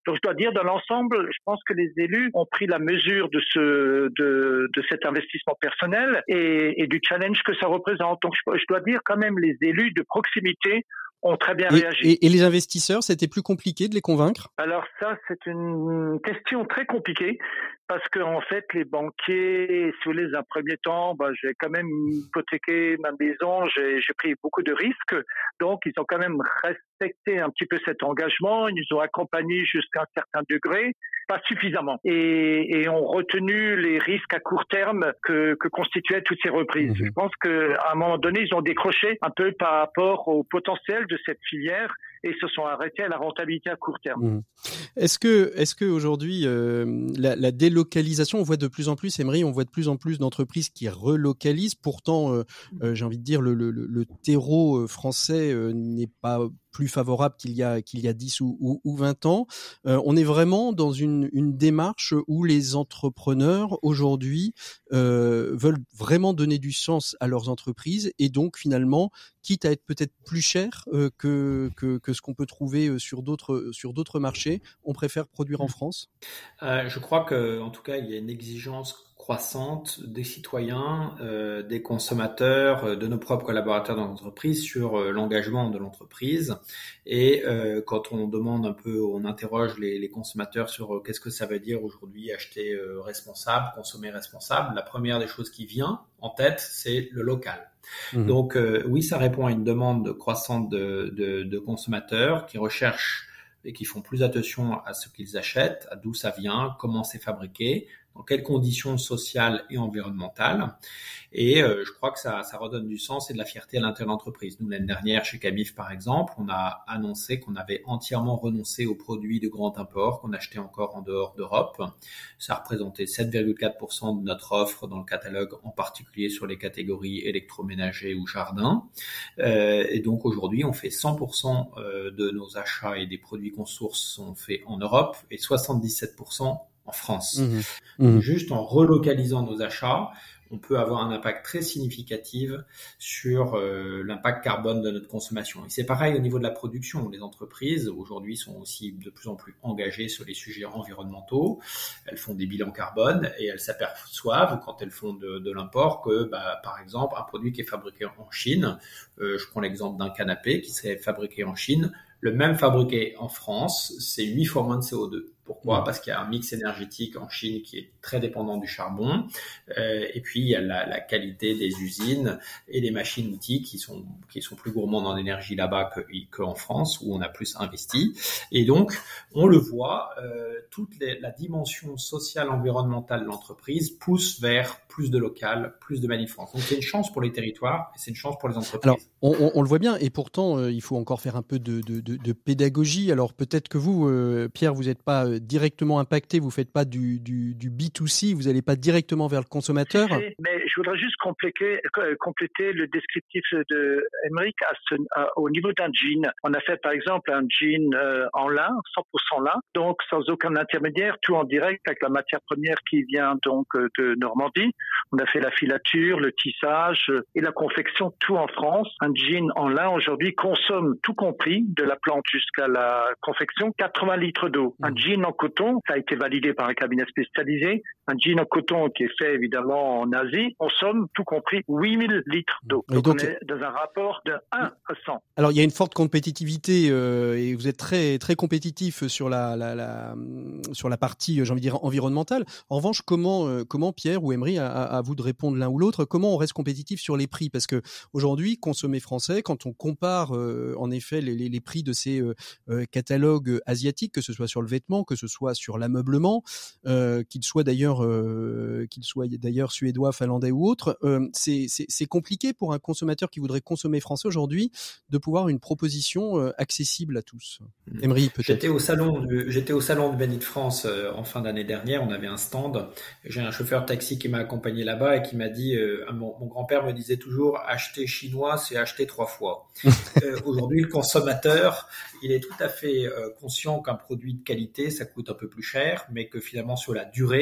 S8: Donc je dois dire, dans l'ensemble, je pense que les élus ont pris la mesure de ce de, de cet investissement personnel et, et du challenge que ça représente. Donc je, je dois dire quand même, les élus de proximité ont très bien
S2: et,
S8: réagi.
S2: Et, et les investisseurs, c'était plus compliqué de les convaincre?
S8: Alors ça, c'est une question très compliquée parce que en fait, les banquiers, si vous voulez, dans un premier temps, bah, j'ai quand même hypothéqué ma maison, j'ai, j'ai pris beaucoup de risques, donc ils ont quand même respecté un petit peu cet engagement, ils nous ont accompagnés jusqu'à un certain degré, pas suffisamment, et, et ont retenu les risques à court terme que, que constituaient toutes ces reprises. Mmh. Je pense qu'à un moment donné, ils ont décroché un peu par rapport au potentiel de cette filière et se sont arrêtés à la rentabilité à court terme.
S2: Mmh. Est-ce que, est-ce que aujourd'hui, euh, la, la délocalisation, on voit de plus en plus, Emery, on voit de plus en plus d'entreprises qui relocalisent. Pourtant, euh, euh, j'ai envie de dire, le, le, le terreau français euh, n'est pas plus favorable qu'il y a qu'il y a dix ou, ou, ou vingt ans. Euh, on est vraiment dans une, une démarche où les entrepreneurs aujourd'hui euh, veulent vraiment donner du sens à leurs entreprises et donc finalement, quitte à être peut-être plus cher euh, que, que que ce qu'on peut trouver sur d'autres sur d'autres marchés, on préfère produire en France.
S4: Euh, je crois que en tout cas, il y a une exigence croissante des citoyens, euh, des consommateurs, euh, de nos propres collaborateurs dans l'entreprise sur euh, l'engagement de l'entreprise. Et euh, quand on demande un peu, on interroge les, les consommateurs sur euh, qu'est-ce que ça veut dire aujourd'hui acheter euh, responsable, consommer responsable, la première des choses qui vient en tête, c'est le local. Mmh. Donc euh, oui, ça répond à une demande croissante de, de, de consommateurs qui recherchent et qui font plus attention à ce qu'ils achètent, à d'où ça vient, comment c'est fabriqué, dans quelles conditions sociales et environnementales. Et euh, je crois que ça, ça redonne du sens et de la fierté à l'intérieur de l'entreprise. Nous, l'année dernière, chez Cabif, par exemple, on a annoncé qu'on avait entièrement renoncé aux produits de grand import qu'on achetait encore en dehors d'Europe. Ça représentait sept virgule quatre pour cent de notre offre dans le catalogue, en particulier sur les catégories électroménager ou jardin. Euh, et donc, aujourd'hui, on fait cent pour cent de nos achats et des produits qu'on source sont faits en Europe et soixante-dix-sept pour cent en France. Mmh. Mmh. Juste en relocalisant nos achats, on peut avoir un impact très significatif sur euh, l'impact carbone de notre consommation. Et c'est pareil au niveau de la production. Les entreprises, aujourd'hui, sont aussi de plus en plus engagées sur les sujets environnementaux. Elles font des bilans carbone et elles s'aperçoivent, quand elles font de, de l'import, que, bah, par exemple, un produit qui est fabriqué en Chine, euh, je prends l'exemple d'un canapé qui serait fabriqué en Chine, le même fabriqué en France, c'est huit fois moins de C O deux. Pourquoi ? Parce qu'il y a un mix énergétique en Chine qui est très dépendant du charbon. Euh, et puis, il y a la, la qualité des usines et des machines-outils qui sont, qui sont plus gourmandes en énergie là-bas que, qu'en France, où on a plus investi. Et donc, on le voit, euh, toute les, la dimension sociale, environnementale de l'entreprise pousse vers plus de local, plus de Made in France. Donc, c'est une chance pour les territoires et c'est une chance pour les entreprises.
S2: Alors, on, on, on le voit bien. Et pourtant, euh, il faut encore faire un peu de, de, de, de pédagogie. Alors, peut-être que vous, euh, Pierre, vous n'êtes pas directement impacté, vous faites pas du, du, du B deux C, vous n'allez pas directement vers le consommateur.
S8: Mais, mais je voudrais juste compléter, compléter le descriptif de Émeric à ce, à, au niveau d'un jean. On a fait par exemple un jean euh, en lin, cent pour cent lin, donc sans aucun intermédiaire, tout en direct avec la matière première qui vient donc de Normandie. On a fait la filature, le tissage et la confection, tout en France. Un jean en lin aujourd'hui consomme tout compris, de la plante jusqu'à la confection, quatre-vingts litres d'eau. Un jean en coton, ça a été validé par un cabinet spécialisé. Un jean en coton qui est fait évidemment en Asie, consomme tout compris huit mille litres d'eau. Donc, donc on est dans un rapport de un à cent.
S2: Alors il y a une forte compétitivité euh, et vous êtes très très compétitif sur la, la, la sur la partie, j'ai envie de dire, environnementale. En revanche, comment euh, comment Pierre ou Emery, à, à vous de répondre l'un ou l'autre, comment on reste compétitif sur les prix ? Parce que aujourd'hui, consommer français, quand on compare euh, en effet les, les, les prix de ces euh, catalogues asiatiques, que ce soit sur le vêtement, que ce soit sur l'ameublement, euh, qu'il soit d'ailleurs euh, qu'il soit d'ailleurs suédois, finlandais ou autre, euh, c'est, c'est, c'est compliqué pour un consommateur qui voudrait consommer français aujourd'hui de pouvoir une proposition euh, accessible à tous. Mmh. Emery, peut-être.
S4: J'étais au salon du, j'étais au salon de Made in France euh, en fin d'année dernière. On avait un stand. J'ai un chauffeur taxi qui m'a accompagné là-bas et qui m'a dit, euh, mon, mon grand-père me disait toujours, acheter chinois, c'est acheter trois fois. euh, aujourd'hui, le consommateur, il est tout à fait euh, conscient qu'un produit de qualité, ça coûte un peu plus cher, mais que finalement sur la durée,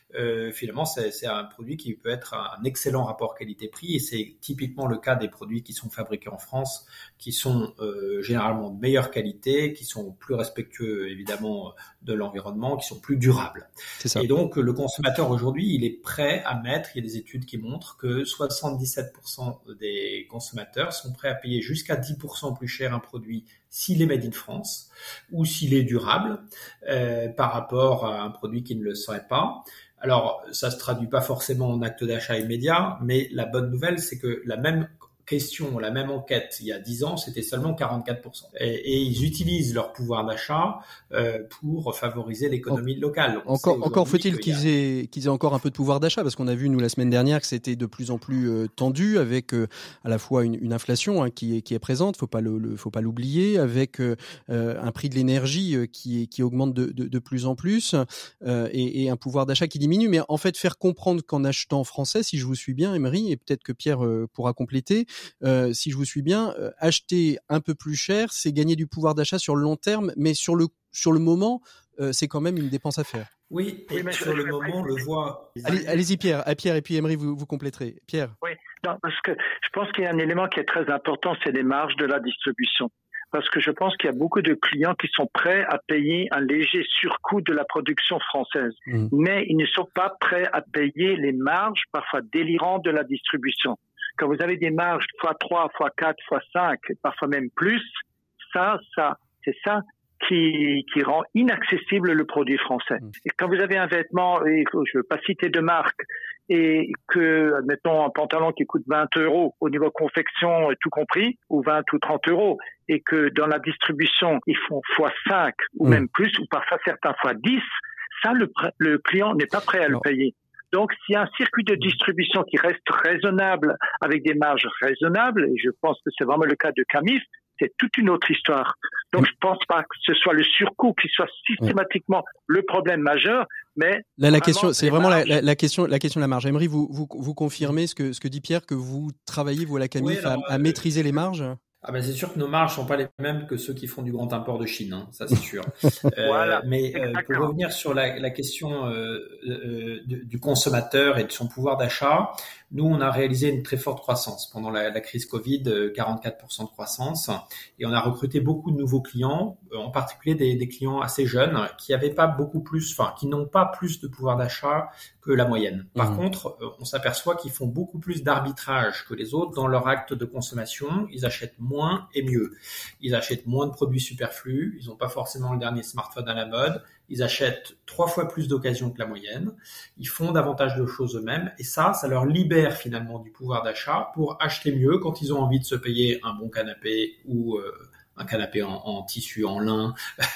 S4: euh, finalement, c'est, c'est un produit qui peut être un excellent rapport qualité-prix, et c'est typiquement le cas des produits qui sont fabriqués en France, qui sont euh, généralement de meilleure qualité, qui sont plus respectueux évidemment de l'environnement, qui sont plus durables.
S2: C'est ça.
S4: Et donc le consommateur aujourd'hui, il est prêt à mettre, il y a des études qui montrent que soixante-dix-sept pour cent des consommateurs sont prêts à payer jusqu'à dix pour cent plus cher un produit s'il est made in France ou s'il est durable euh, par rapport à un produit qui ne le serait pas. Alors, ça se traduit pas forcément en acte d'achat immédiat, mais la bonne nouvelle, c'est que la même question, la même enquête il y a dix ans, c'était seulement quarante-quatre pour cent. Et, et ils utilisent leur pouvoir d'achat euh, pour favoriser l'économie en, locale. On
S2: encore, encore faut-il qu'ils aient, qu'ils aient encore un peu de pouvoir d'achat, parce qu'on a vu, nous, la semaine dernière, que c'était de plus en plus euh, tendu, avec euh, à la fois une, une inflation hein, qui, est, qui est présente, faut pas le, le, faut pas l'oublier, avec euh, un prix de l'énergie euh, qui, qui augmente de, de, de plus en plus, euh, et, et un pouvoir d'achat qui diminue. Mais en fait, faire comprendre qu'en achetant français, si je vous suis bien, Emery, et peut-être que Pierre euh, pourra compléter, Euh, si je vous suis bien, euh, acheter un peu plus cher, c'est gagner du pouvoir d'achat sur le long terme, mais sur le sur le moment, euh, c'est quand même une dépense à faire.
S4: Oui, et oui, sur le moment, on le voit.
S2: Allez, allez-y Pierre, à Pierre et puis Emery, vous, vous compléterez. Pierre.
S8: Oui, non, parce que je pense qu'il y a un élément qui est très important, c'est les marges de la distribution. Parce que je pense qu'il y a beaucoup de clients qui sont prêts à payer un léger surcoût de la production française, mmh. mais ils ne sont pas prêts à payer les marges parfois délirantes de la distribution. Quand vous avez des marges fois trois, fois quatre, fois cinq, parfois même plus, ça, ça, c'est ça qui, qui rend inaccessible le produit français. Et quand vous avez un vêtement, et je ne veux pas citer de marque, et que, admettons, un pantalon qui coûte vingt euros au niveau confection, tout compris, ou vingt ou trente euros, et que dans la distribution, ils font fois cinq, ou mmh. même plus, ou parfois certains fois dix, ça, le, le client n'est pas prêt à Alors. le payer. Donc, s'il y a un circuit de distribution qui reste raisonnable, avec des marges raisonnables, et je pense que c'est vraiment le cas de Camif, c'est toute une autre histoire. Donc, je pense pas que ce soit le surcoût qui soit systématiquement le problème majeur, mais
S2: là, la question, c'est vraiment la, la, la question, la question de la marge. Emery, vous, vous, vous confirmez ce que, ce que dit Pierre, que vous travaillez, vous, à la Camif, oui, alors, à, à euh, maîtriser les marges?
S4: Ah ben c'est sûr que nos marges sont pas les mêmes que ceux qui font du grand import de Chine, hein, ça c'est sûr. euh, voilà, mais euh, pour revenir sur la, la question euh, euh, du, du consommateur et de son pouvoir d'achat, nous on a réalisé une très forte croissance pendant la, la crise Covid, quarante-quatre pour cent de croissance, et on a recruté beaucoup de nouveaux clients, en particulier des, des clients assez jeunes qui avaient pas beaucoup plus, enfin qui n'ont pas plus de pouvoir d'achat que la moyenne. Par mmh. contre, on s'aperçoit qu'ils font beaucoup plus d'arbitrage que les autres dans leur acte de consommation. Ils achètent moins et mieux. Ils achètent moins de produits superflus. Ils n'ont pas forcément le dernier smartphone à la mode. Ils achètent trois fois plus d'occasions que la moyenne. Ils font davantage de choses eux-mêmes. Et ça, ça leur libère finalement du pouvoir d'achat pour acheter mieux quand ils ont envie de se payer un bon canapé ou euh, un canapé en, en tissu, en lin,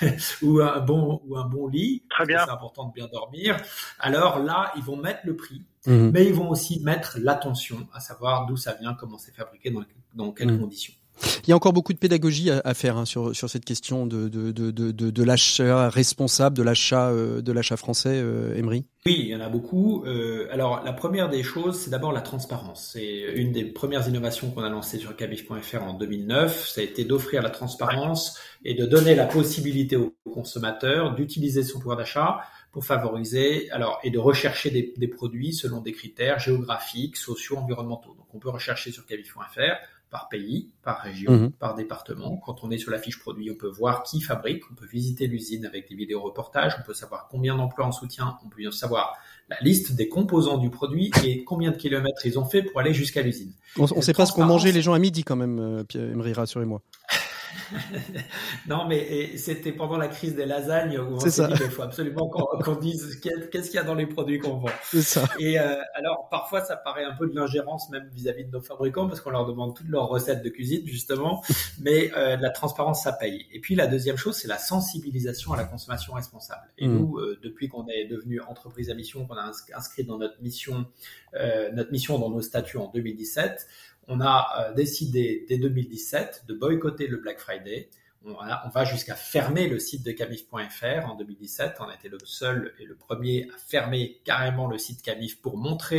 S4: ou un bon ou un bon lit.
S8: Très bien.
S4: C'est important de bien dormir. Alors là, ils vont mettre le prix, mmh. mais ils vont aussi mettre l'attention, à savoir d'où ça vient, comment c'est fabriqué, dans, dans quelles mmh. conditions.
S2: Il y a encore beaucoup de pédagogie à, à faire hein, sur sur cette question de de de de, de l'achat responsable, de l'achat euh, de l'achat français, euh, Emery.
S4: Oui, il y en a beaucoup. Euh, alors la première des choses, c'est d'abord la transparence. C'est une des premières innovations qu'on a lancées sur camif point f r en deux mille neuf. Ça a été d'offrir la transparence et de donner la possibilité aux consommateurs d'utiliser son pouvoir d'achat pour favoriser, alors, et de rechercher des, des produits selon des critères géographiques, sociaux, environnementaux. Donc on peut rechercher sur camif point f r par pays, par région, mmh. par département. Quand on est sur la fiche produit, on peut voir qui fabrique, on peut visiter l'usine avec des vidéos reportages, on peut savoir combien d'emplois en soutien, on peut savoir la liste des composants du produit et combien de kilomètres ils ont fait pour aller jusqu'à l'usine.
S2: On ne sait pas ce qu'ont mangé les gens à midi quand même, euh, Pierre Emery, rassurez-moi.
S4: Non, mais et c'était pendant la crise des lasagnes où on c'est s'est ça. dit qu'il faut absolument qu'on, qu'on dise qu'est-ce qu'il y a dans les produits qu'on vend.
S2: C'est ça.
S4: Et euh, alors, parfois, ça paraît un peu de l'ingérence même vis-à-vis de nos fabricants parce qu'on leur demande toutes leurs recettes de cuisine, justement. Mais euh, la transparence, ça paye. Et puis, la deuxième chose, c'est la sensibilisation à la consommation responsable. Et mmh. nous, euh, depuis qu'on est devenu entreprise à mission, qu'on a inscrit dans notre mission, euh, notre mission dans nos statuts en deux mille dix-sept, on a euh, décidé dès deux mille dix-sept de boycotter le Black Friday. On, a, on va jusqu'à fermer le site de camif point f r en deux mille dix-sept. On a été le seul et le premier à fermer carrément le site Camif pour montrer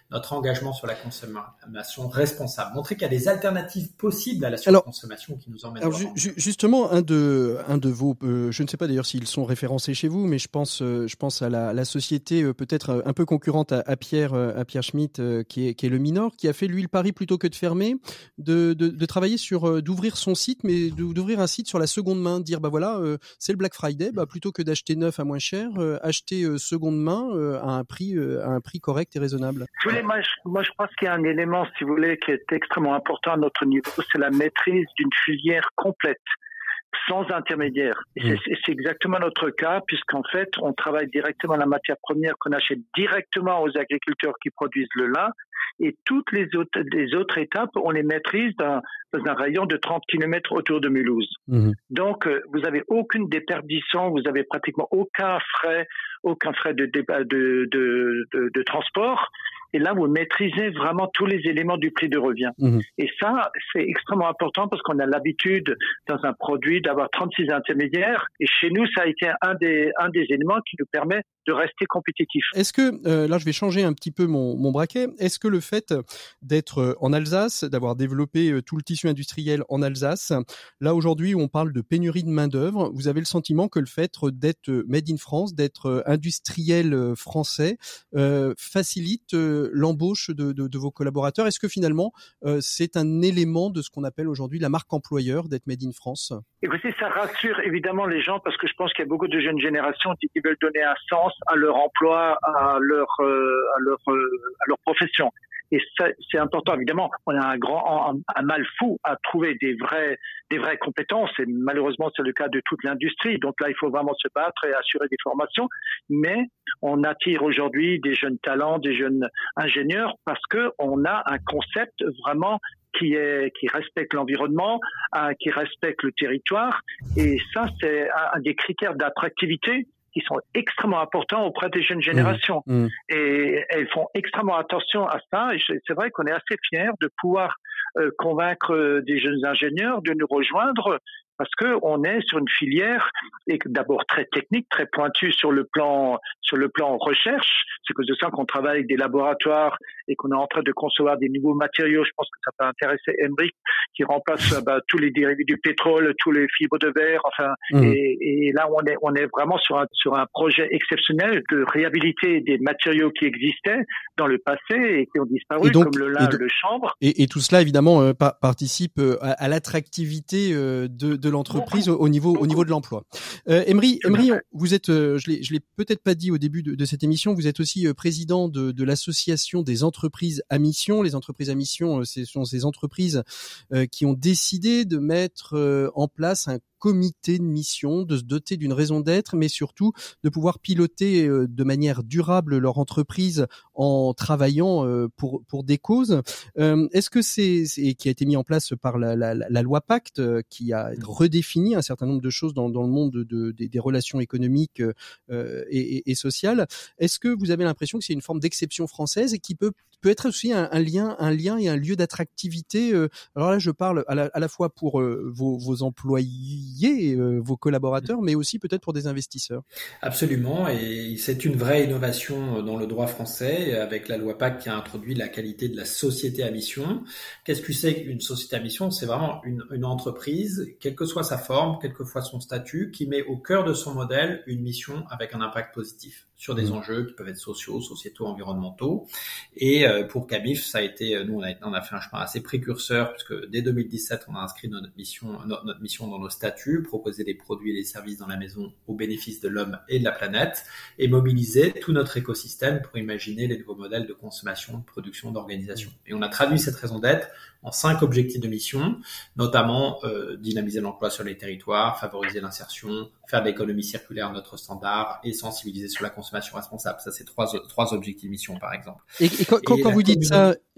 S4: notre engagement sur la consommation responsable, montrer qu'il y a des alternatives possibles à la surconsommation qui nous emmènent.
S2: Alors ju- ju- justement, un de un de vos, euh, je ne sais pas d'ailleurs s'ils sont référencés chez vous, mais je pense euh, je pense à la, la société euh, peut-être un peu concurrente à, à Pierre euh, à Pierre Schmitt euh, qui est qui est le Minor, qui a fait lui le pari plutôt que de fermer, de de, de travailler sur euh, d'ouvrir son site, mais de, d'ouvrir un site sur la seconde main, de dire bah voilà euh, c'est le Black Friday, bah plutôt que d'acheter neuf à moins cher, euh, acheter euh, seconde main euh, à un prix euh, à un prix correct et raisonnable.
S8: Je voulais, moi, je, moi, je pense qu'il y a un élément, si vous voulez, qui est extrêmement important à notre niveau, c'est la maîtrise d'une filière complète, sans intermédiaire. Et c'est, c'est, c'est exactement notre cas, puisqu'en fait, on travaille directement la matière première qu'on achète directement aux agriculteurs qui produisent le lin, et toutes les autres, les autres étapes, on les maîtrise dans, dans un rayon de trente kilomètres autour de Mulhouse. Mmh. Donc, euh, vous avez aucune déperdition, vous avez pratiquement aucun frais, aucun frais de, de, de, de, de, de transport. Et là, vous maîtrisez vraiment tous les éléments du prix de revient. Mmh. Et ça, c'est extrêmement important parce qu'on a l'habitude, dans un produit, d'avoir trente-six intermédiaires. Et chez nous, ça a été un des, un des éléments qui nous permet de rester compétitif.
S2: Est-ce que, euh, là je vais changer un petit peu mon, mon braquet, est-ce que le fait d'être en Alsace, d'avoir développé tout le tissu industriel en Alsace, là aujourd'hui où on parle de pénurie de main d'œuvre, vous avez le sentiment que le fait d'être made in France, d'être industriel français, euh, facilite euh, l'embauche de, de, de vos collaborateurs? Est-ce que finalement euh, c'est un élément de ce qu'on appelle aujourd'hui la marque employeur d'être made in France?
S8: Écoutez, ça rassure évidemment les gens parce que je pense qu'il y a beaucoup de jeunes générations qui veulent donner un sens à leur emploi, à leur, euh, à leur, euh, à leur profession. Et ça, c'est important. Évidemment, on a un grand, un, un mal fou à trouver des vrais, des vraies compétences. Et malheureusement, c'est le cas de toute l'industrie. Donc là, il faut vraiment se battre et assurer des formations. Mais on attire aujourd'hui des jeunes talents, des jeunes ingénieurs parce que on a un concept vraiment qui est, qui respecte l'environnement, euh, qui respecte le territoire. Et ça, c'est un, un des critères d'attractivité qui sont extrêmement importants auprès des jeunes générations. Mmh, mmh. Et elles font extrêmement attention à ça. Et c'est vrai qu'on est assez fiers de pouvoir euh, convaincre des jeunes ingénieurs de nous rejoindre parce que on est sur une filière et d'abord très technique, très pointue sur le plan sur le plan recherche. C'est à cause de ça qu'on travaille avec des laboratoires et qu'on est en train de concevoir des nouveaux matériaux. Je pense que ça peut intéresser Emric qui remplace bah, tous les dérivés du pétrole, tous les fibres de verre. Enfin, mmh. et, et là on est on est vraiment sur un sur un projet exceptionnel de réhabiliter des matériaux qui existaient dans le passé et qui ont disparu, donc, comme le lin, le chanvre.
S2: Et, et tout cela évidemment euh, pa- participe euh, à, à l'attractivité euh, de, de l'entreprise au, au niveau au niveau de l'emploi. Euh, Emery, Emery, vous êtes, euh, je l'ai je l'ai peut-être pas dit au début de, de cette émission, vous êtes aussi euh, président de, de l'association des entreprises à mission. Les entreprises à mission, euh, ce sont ces entreprises euh, qui ont décidé de mettre euh, en place un comité de mission, de se doter d'une raison d'être, mais surtout de pouvoir piloter euh, de manière durable leur entreprise en travaillant euh, pour pour des causes. Euh, est-ce que c'est, c'est qui a été mis en place par la, la, la loi Pacte, euh, qui a redéfini un certain nombre de choses dans, dans le monde de, de, des, des relations économiques euh, et, et, et sociales. Est-ce que vous avez l'impression que c'est une forme d'exception française et qui peut peut être aussi un, un lien, un lien et un lieu d'attractivité. Euh, alors là, je parle à la, à la fois pour euh, vos, vos employés, euh, vos collaborateurs, mais aussi peut-être pour des investisseurs.
S4: Absolument, et c'est une vraie innovation dans le droit français avec la loi Pacte qui a introduit la qualité de la société à mission. Qu'est-ce que c'est qu'une société à mission? C'est vraiment une, une entreprise, quelle que soit sa forme, quel que soit son statut, qui met au cœur de son modèle une mission avec un impact positif sur des mmh. enjeux qui peuvent être sociaux, sociétaux, environnementaux. Et euh, pour Cabif, ça a été, nous on a, on a fait un chemin assez précurseur puisque dès deux mille dix-sept, on a inscrit notre mission, notre, notre mission dans nos statuts, proposer des produits et des services dans la maison au bénéfice de l'homme et de la planète, et mobiliser tout notre écosystème pour imaginer les nouveaux modèles de consommation, de production, d'organisation. Et on a traduit cette raison d'être en cinq objectifs de mission, notamment euh, dynamiser l'emploi sur les territoires, favoriser l'insertion, faire de l'économie circulaire notre standard et sensibiliser sur la consommation responsable. Ça, c'est trois, trois objectifs de mission, par exemple.
S2: Et, et quand, et quand vous dites ça,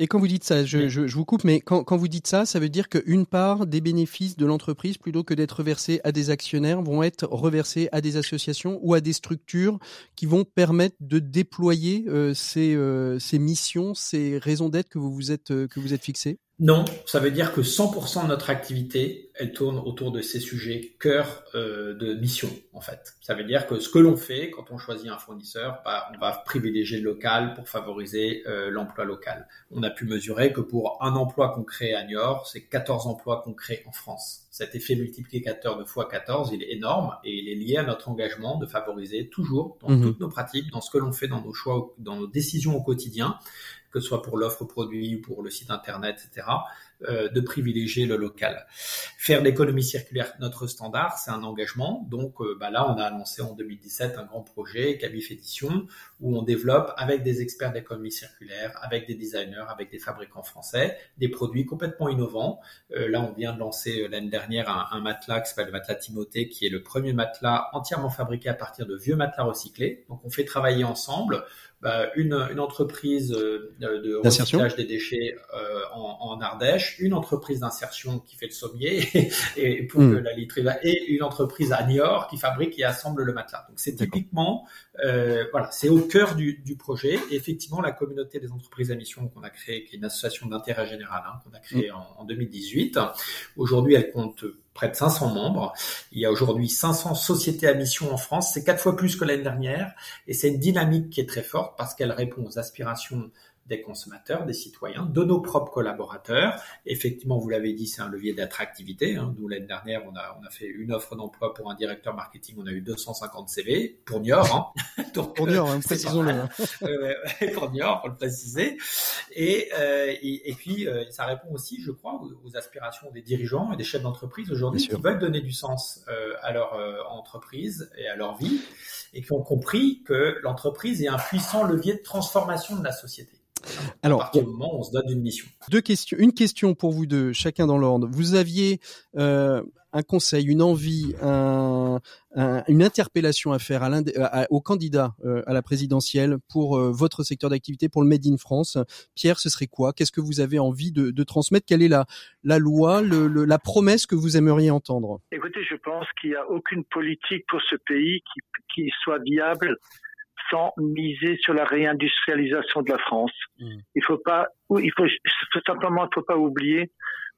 S2: Et quand vous dites ça, je, je, je vous coupe, mais quand, quand vous dites ça, ça veut dire qu'une part des bénéfices de l'entreprise, plutôt que d'être reversés à des actionnaires, vont être reversés à des associations ou à des structures qui vont permettre de déployer euh, ces, euh, ces missions, ces raisons d'être que vous vous êtes, euh, que vous êtes fixées?
S4: Non, ça veut dire que cent pour cent de notre activité, elle tourne autour de ces sujets cœur euh, de mission, en fait. Ça veut dire que ce que l'on fait quand on choisit un fournisseur, bah, on va privilégier le local pour favoriser euh, l'emploi local. On a pu mesurer que pour un emploi qu'on crée à Niort, c'est quatorze emplois qu'on crée en France. Cet effet multiplicateur de fois quatorze, il est énorme et il est lié à notre engagement de favoriser toujours dans mmh. toutes nos pratiques, dans ce que l'on fait, dans nos choix, dans nos décisions au quotidien, que ce soit pour l'offre produit ou pour le site internet, et cetera, euh, de privilégier le local. Faire l'économie circulaire notre standard, c'est un engagement. Donc euh, bah là, on a annoncé en deux mille dix-sept un grand projet, Cabif Édition, où on développe avec des experts d'économie circulaire, avec des designers, avec des fabricants français, des produits complètement innovants. Euh, là, on vient de lancer euh, l'année dernière un, un matelas qui s'appelle le matelas Timothée, qui est le premier matelas entièrement fabriqué à partir de vieux matelas recyclés. Donc, on fait travailler ensemble Bah, une, une entreprise de, de recyclage des déchets euh, en, en Ardèche, une entreprise d'insertion qui fait le sommier et, et pour mmh. que la literie va, et une entreprise à Niort qui fabrique et assemble le matelas. Donc c'est typiquement, euh, voilà, c'est au cœur du, du projet. Et effectivement, la communauté des entreprises à mission qu'on a créée, qui est une association d'intérêt général, hein, qu'on a créée mmh. en, en deux mille dix-huit. Aujourd'hui, elle compte près de cinq cents membres. Il y a aujourd'hui cinq cents sociétés à mission en France. C'est quatre fois plus que l'année dernière. Et c'est une dynamique qui est très forte parce qu'elle répond aux aspirations des consommateurs, des citoyens, de nos propres collaborateurs. Effectivement, vous l'avez dit, c'est un levier d'attractivité. Hein. Nous, l'année dernière, on a, on a fait une offre d'emploi pour un directeur marketing. On a eu deux cent cinquante C V pour Niort. Hein. Donc,
S2: pour Niort, hein, précisons-le.
S4: euh, pour Niort, pour le préciser. Et, euh, et, et puis, euh, ça répond aussi, je crois, aux, aux aspirations des dirigeants et des chefs d'entreprise aujourd'hui qui veulent donner du sens euh, à leur euh, entreprise et à leur vie et qui ont compris que l'entreprise est un puissant levier de transformation de la société. Alors, à partir du moment où on se donne une mission.
S2: Deux questions, une question pour vous deux, chacun dans l'ordre. Vous aviez euh, un conseil, une envie, un, un, une interpellation à faire à l'un des, à, au candidat euh, à la présidentielle pour euh, votre secteur d'activité, pour le Made in France. Pierre, ce serait quoi? Qu'est-ce que vous avez envie de, de transmettre? Quelle est la, la loi, le, le, la promesse que vous aimeriez entendre?
S8: Écoutez, je pense qu'il n'y a aucune politique pour ce pays qui, qui soit viable sans miser sur la réindustrialisation de la France. Mmh. Il faut pas, il faut tout simplement, il faut pas oublier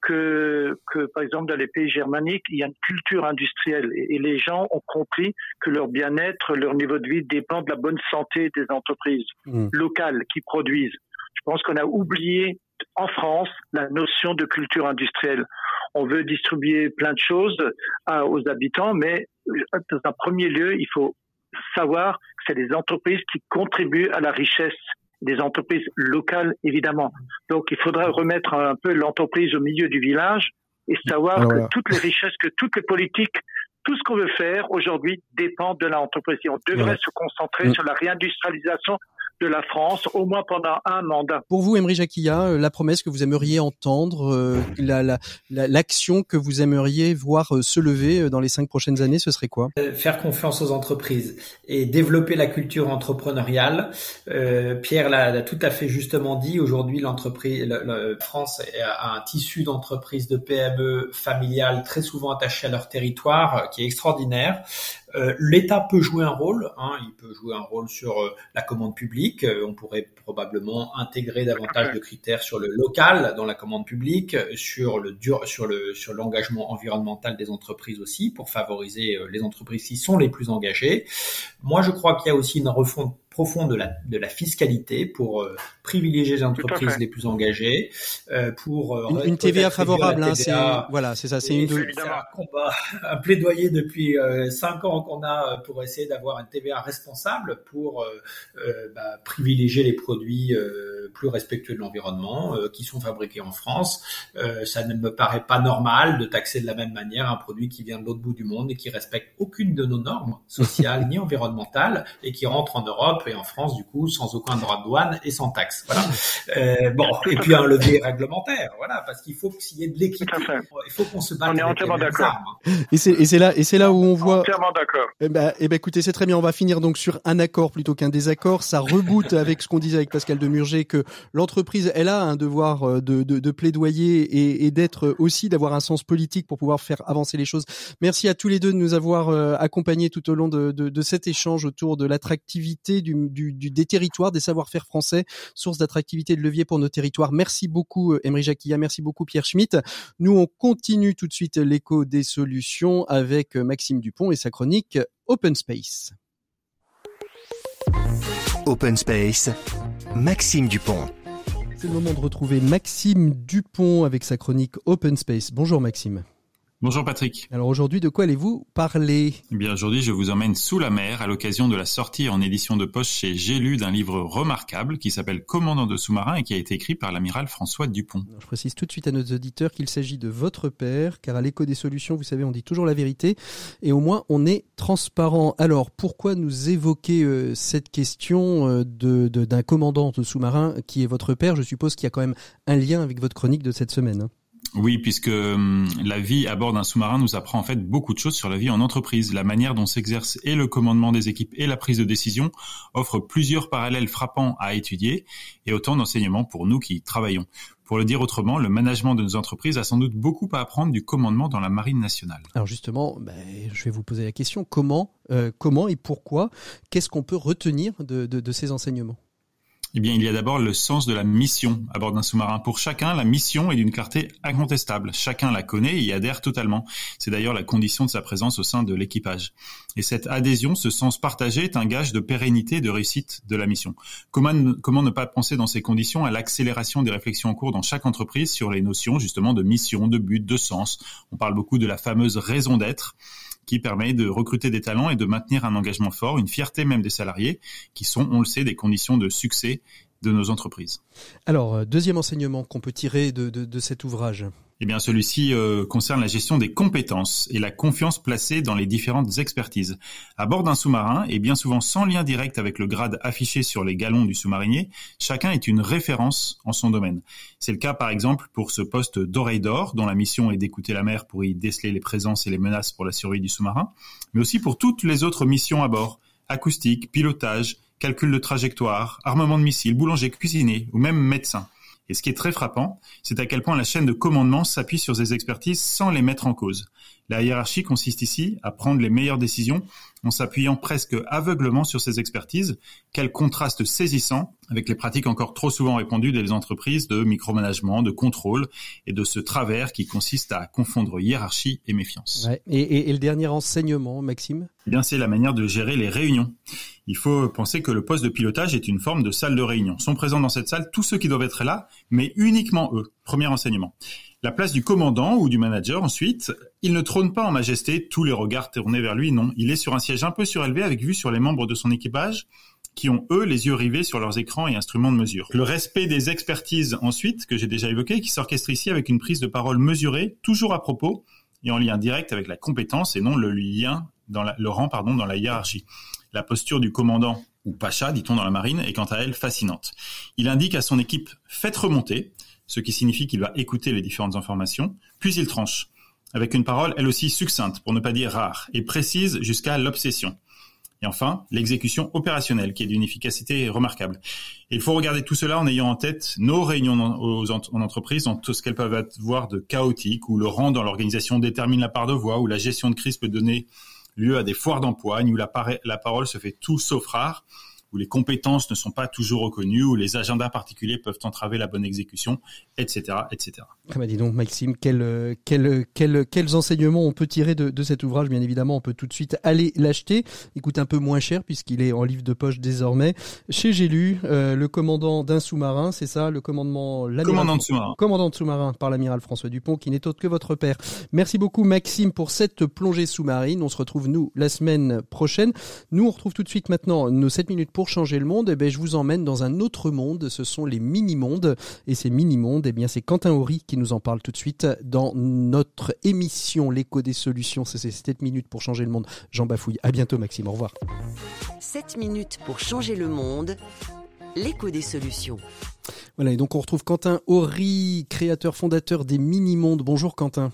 S8: que, que par exemple dans les pays germaniques, il y a une culture industrielle et, et les gens ont compris que leur bien-être, leur niveau de vie dépend de la bonne santé des entreprises mmh. locales qui produisent. Je pense qu'on a oublié en France la notion de culture industrielle. On veut distribuer plein de choses à, aux habitants, mais dans un premier lieu, il faut savoir que c'est des entreprises qui contribuent à la richesse, des entreprises locales évidemment. Donc il faudra remettre un peu l'entreprise au milieu du village et savoir Alors, que voilà. toutes les richesses, que toutes les politiques, tout ce qu'on veut faire aujourd'hui dépend de l'entreprise. Et on devrait ouais. se concentrer mmh. sur la réindustrialisation de la France, au moins pendant un mandat.
S2: Pour vous, Emery Jacquillat, la promesse que vous aimeriez entendre, euh, la, la, la, l'action que vous aimeriez voir euh, se lever dans les cinq prochaines années, ce serait quoi?
S4: euh, Faire confiance aux entreprises et développer la culture entrepreneuriale. Euh, Pierre l'a, l'a tout à fait justement dit. Aujourd'hui, l'entreprise, la, la France a un tissu d'entreprises de P M E familiales très souvent attachées à leur territoire, qui est extraordinaire. Euh, L'État peut jouer un rôle, hein, il peut jouer un rôle sur euh, la commande publique. Euh, on pourrait probablement intégrer davantage de critères sur le local dans la commande publique, sur le dur, sur le sur l'engagement environnemental des entreprises aussi, pour favoriser euh, les entreprises qui sont les plus engagées. Moi, je crois qu'il y a aussi une refonte profonde de la de la fiscalité pour euh, privilégier les entreprises les plus engagées, euh, pour euh,
S2: une, une T V A favorable, hein, c'est voilà, c'est ça, c'est une de...
S4: c'est un combat, un plaidoyer depuis euh, cinq ans qu'on a pour essayer d'avoir une T V A responsable pour euh, euh, bah, privilégier les produits euh, plus respectueux de l'environnement euh, qui sont fabriqués en France. Euh, ça ne me paraît pas normal de taxer de la même manière un produit qui vient de l'autre bout du monde et qui respecte aucune de nos normes sociales ni environnementales et qui rentre en Europe Europe et en France, du coup, sans aucun droit de douane et sans taxe. Voilà. Euh, bon, et puis un levier réglementaire, voilà, parce qu'il faut qu'il y ait de l'équité. Il faut qu'on se batte.
S8: On est
S4: avec
S8: entièrement
S4: les mêmes
S8: d'accord.
S4: armes.
S2: Et c'est, et c'est là, et c'est là où on voit.
S8: Entièrement d'accord.
S2: Eh ben, eh ben, écoutez, c'est très bien. On va finir donc sur un accord plutôt qu'un désaccord. Ça reboot avec ce qu'on disait avec Pascal Demurger, que l'entreprise, elle a un devoir de, de, de plaidoyer et, et d'être aussi, d'avoir un sens politique pour pouvoir faire avancer les choses. Merci à tous les deux de nous avoir euh, accompagnés tout au long de, de, de cet échange autour de l'attractivité du, du, du, des territoires, des savoir-faire français, source d'attractivité et de levier pour nos territoires. Merci beaucoup, Emery Jacquilla. Merci beaucoup, Pierre Schmitt. Nous, on continue tout de suite l'écho des solutions avec Maxime Dupont et sa chronique Open Space.
S9: Open Space, Maxime Dupont.
S2: C'est le moment de retrouver Maxime Dupont avec sa chronique Open Space. Bonjour Maxime.
S10: Bonjour Patrick.
S2: Alors aujourd'hui, de quoi allez-vous parler ?
S10: Eh bien aujourd'hui, je vous emmène sous la mer à l'occasion de la sortie en édition de poche chez J'ai lu d'un livre remarquable qui s'appelle Commandant de sous-marin et qui a été écrit par l'amiral François Dupont.
S2: Alors, je précise tout de suite à nos auditeurs qu'il s'agit de votre père, car à l'écho des solutions, vous savez, on dit toujours la vérité et au moins on est transparent. Alors pourquoi nous évoquer euh, cette question euh, de, de, d'un commandant de sous-marin qui est votre père ? Je suppose qu'il y a quand même un lien avec votre chronique de cette semaine. Hein.
S10: Oui, puisque hum, la vie à bord d'un sous-marin nous apprend en fait beaucoup de choses sur la vie en entreprise. La manière dont s'exerce et le commandement des équipes et la prise de décision offre plusieurs parallèles frappants à étudier et autant d'enseignements pour nous qui travaillons. Pour le dire autrement, le management de nos entreprises a sans doute beaucoup à apprendre du commandement dans la marine nationale.
S2: Alors justement, ben, je vais vous poser la question, comment, euh, comment et pourquoi, qu'est-ce qu'on peut retenir de, de, de ces enseignements ?
S10: Eh bien, il y a d'abord le sens de la mission à bord d'un sous-marin. Pour chacun, la mission est d'une clarté incontestable. Chacun la connaît et y adhère totalement. C'est d'ailleurs la condition de sa présence au sein de l'équipage. Et cette adhésion, ce sens partagé est un gage de pérennité et de réussite de la mission. Comment, comment ne pas penser dans ces conditions à l'accélération des réflexions en cours dans chaque entreprise sur les notions justement de mission, de but, de sens. On parle beaucoup de la fameuse raison d'être, qui permet de recruter des talents et de maintenir un engagement fort, une fierté même des salariés, qui sont, on le sait, des conditions de succès de nos entreprises.
S2: Alors, deuxième enseignement qu'on peut tirer de, de, de cet ouvrage.
S10: Eh bien, celui-ci euh, concerne la gestion des compétences et la confiance placée dans les différentes expertises. À bord d'un sous-marin, et bien souvent sans lien direct avec le grade affiché sur les galons du sous-marinier, chacun est une référence en son domaine. C'est le cas, par exemple, pour ce poste d'oreille d'or, dont la mission est d'écouter la mer pour y déceler les présences et les menaces pour la survie du sous-marin, mais aussi pour toutes les autres missions à bord, acoustique, pilotage, calcul de trajectoire, armement de missiles, boulanger, cuisinier ou même médecin. Et ce qui est très frappant, c'est à quel point la chaîne de commandement s'appuie sur ces expertises sans les mettre en cause. La hiérarchie consiste ici à prendre les meilleures décisions en s'appuyant presque aveuglement sur ces expertises. Quel contraste saisissant avec les pratiques encore trop souvent répandues des entreprises de micromanagement, de contrôle et de ce travers qui consiste à confondre hiérarchie et méfiance.
S2: Ouais. Et, et, et le dernier enseignement, Maxime ?
S10: Eh bien, c'est la manière de gérer les réunions. Il faut penser que le poste de pilotage est une forme de salle de réunion. Sont présents dans cette salle tous ceux qui doivent être là, mais uniquement eux. Premier enseignement. La place du commandant ou du manager, ensuite, il ne trône pas en majesté, tous les regards tournés vers lui, non. Il est sur un siège un peu surélevé avec vue sur les membres de son équipage qui ont, eux, les yeux rivés sur leurs écrans et instruments de mesure. Le respect des expertises, ensuite, que j'ai déjà évoqué, qui s'orchestre ici avec une prise de parole mesurée, toujours à propos et en lien direct avec la compétence et non le lien dans la, le rang pardon, dans la hiérarchie. La posture du commandant, ou pacha, dit-on dans la marine, est quant à elle fascinante. Il indique à son équipe « faites remonter », ce qui signifie qu'il va écouter les différentes informations, puis il tranche, avec une parole elle aussi succincte, pour ne pas dire rare, et précise jusqu'à l'obsession. Et enfin, l'exécution opérationnelle, qui est d'une efficacité remarquable. Et il faut regarder tout cela en ayant en tête nos réunions en entreprise, dans tout ce qu'elles peuvent avoir de chaotique, où le rang dans l'organisation détermine la part de voix, où la gestion de crise peut donner lieu à des foires d'empoigne, où la, par- la parole se fait tout sauf rare, où les compétences ne sont pas toujours reconnues, où les agendas particuliers peuvent entraver la bonne exécution, et cetera, et cetera.
S2: Ah bah dis donc Maxime, quel, quel, quel, quels enseignements on peut tirer de, de cet ouvrage. Bien évidemment, on peut tout de suite aller l'acheter. Il coûte un peu moins cher puisqu'il est en livre de poche désormais. Chez J'ai lu, euh, le commandant d'un sous-marin, c'est ça, le commandement...
S10: Commandant de sous-marin.
S2: Commandant de sous-marin par l'amiral François Dupont, qui n'est autre que votre père. Merci beaucoup Maxime pour cette plongée sous-marine. On se retrouve nous la semaine prochaine. Nous, on retrouve tout de suite maintenant nos sept minutes pour pour changer le monde, eh ben, je vous emmène dans un autre monde. Ce sont les mini-mondes. Et ces mini-mondes, eh bien, c'est Quentin Horry qui nous en parle tout de suite dans notre émission L'écho des solutions. C'est sept minutes pour changer le monde. J'en bafouille. À bientôt, Maxime. Au revoir.
S3: sept minutes pour changer le monde. L'écho des solutions.
S2: Voilà, et donc on retrouve Quentin Horry, créateur, fondateur des Mini-mondes. Bonjour Quentin.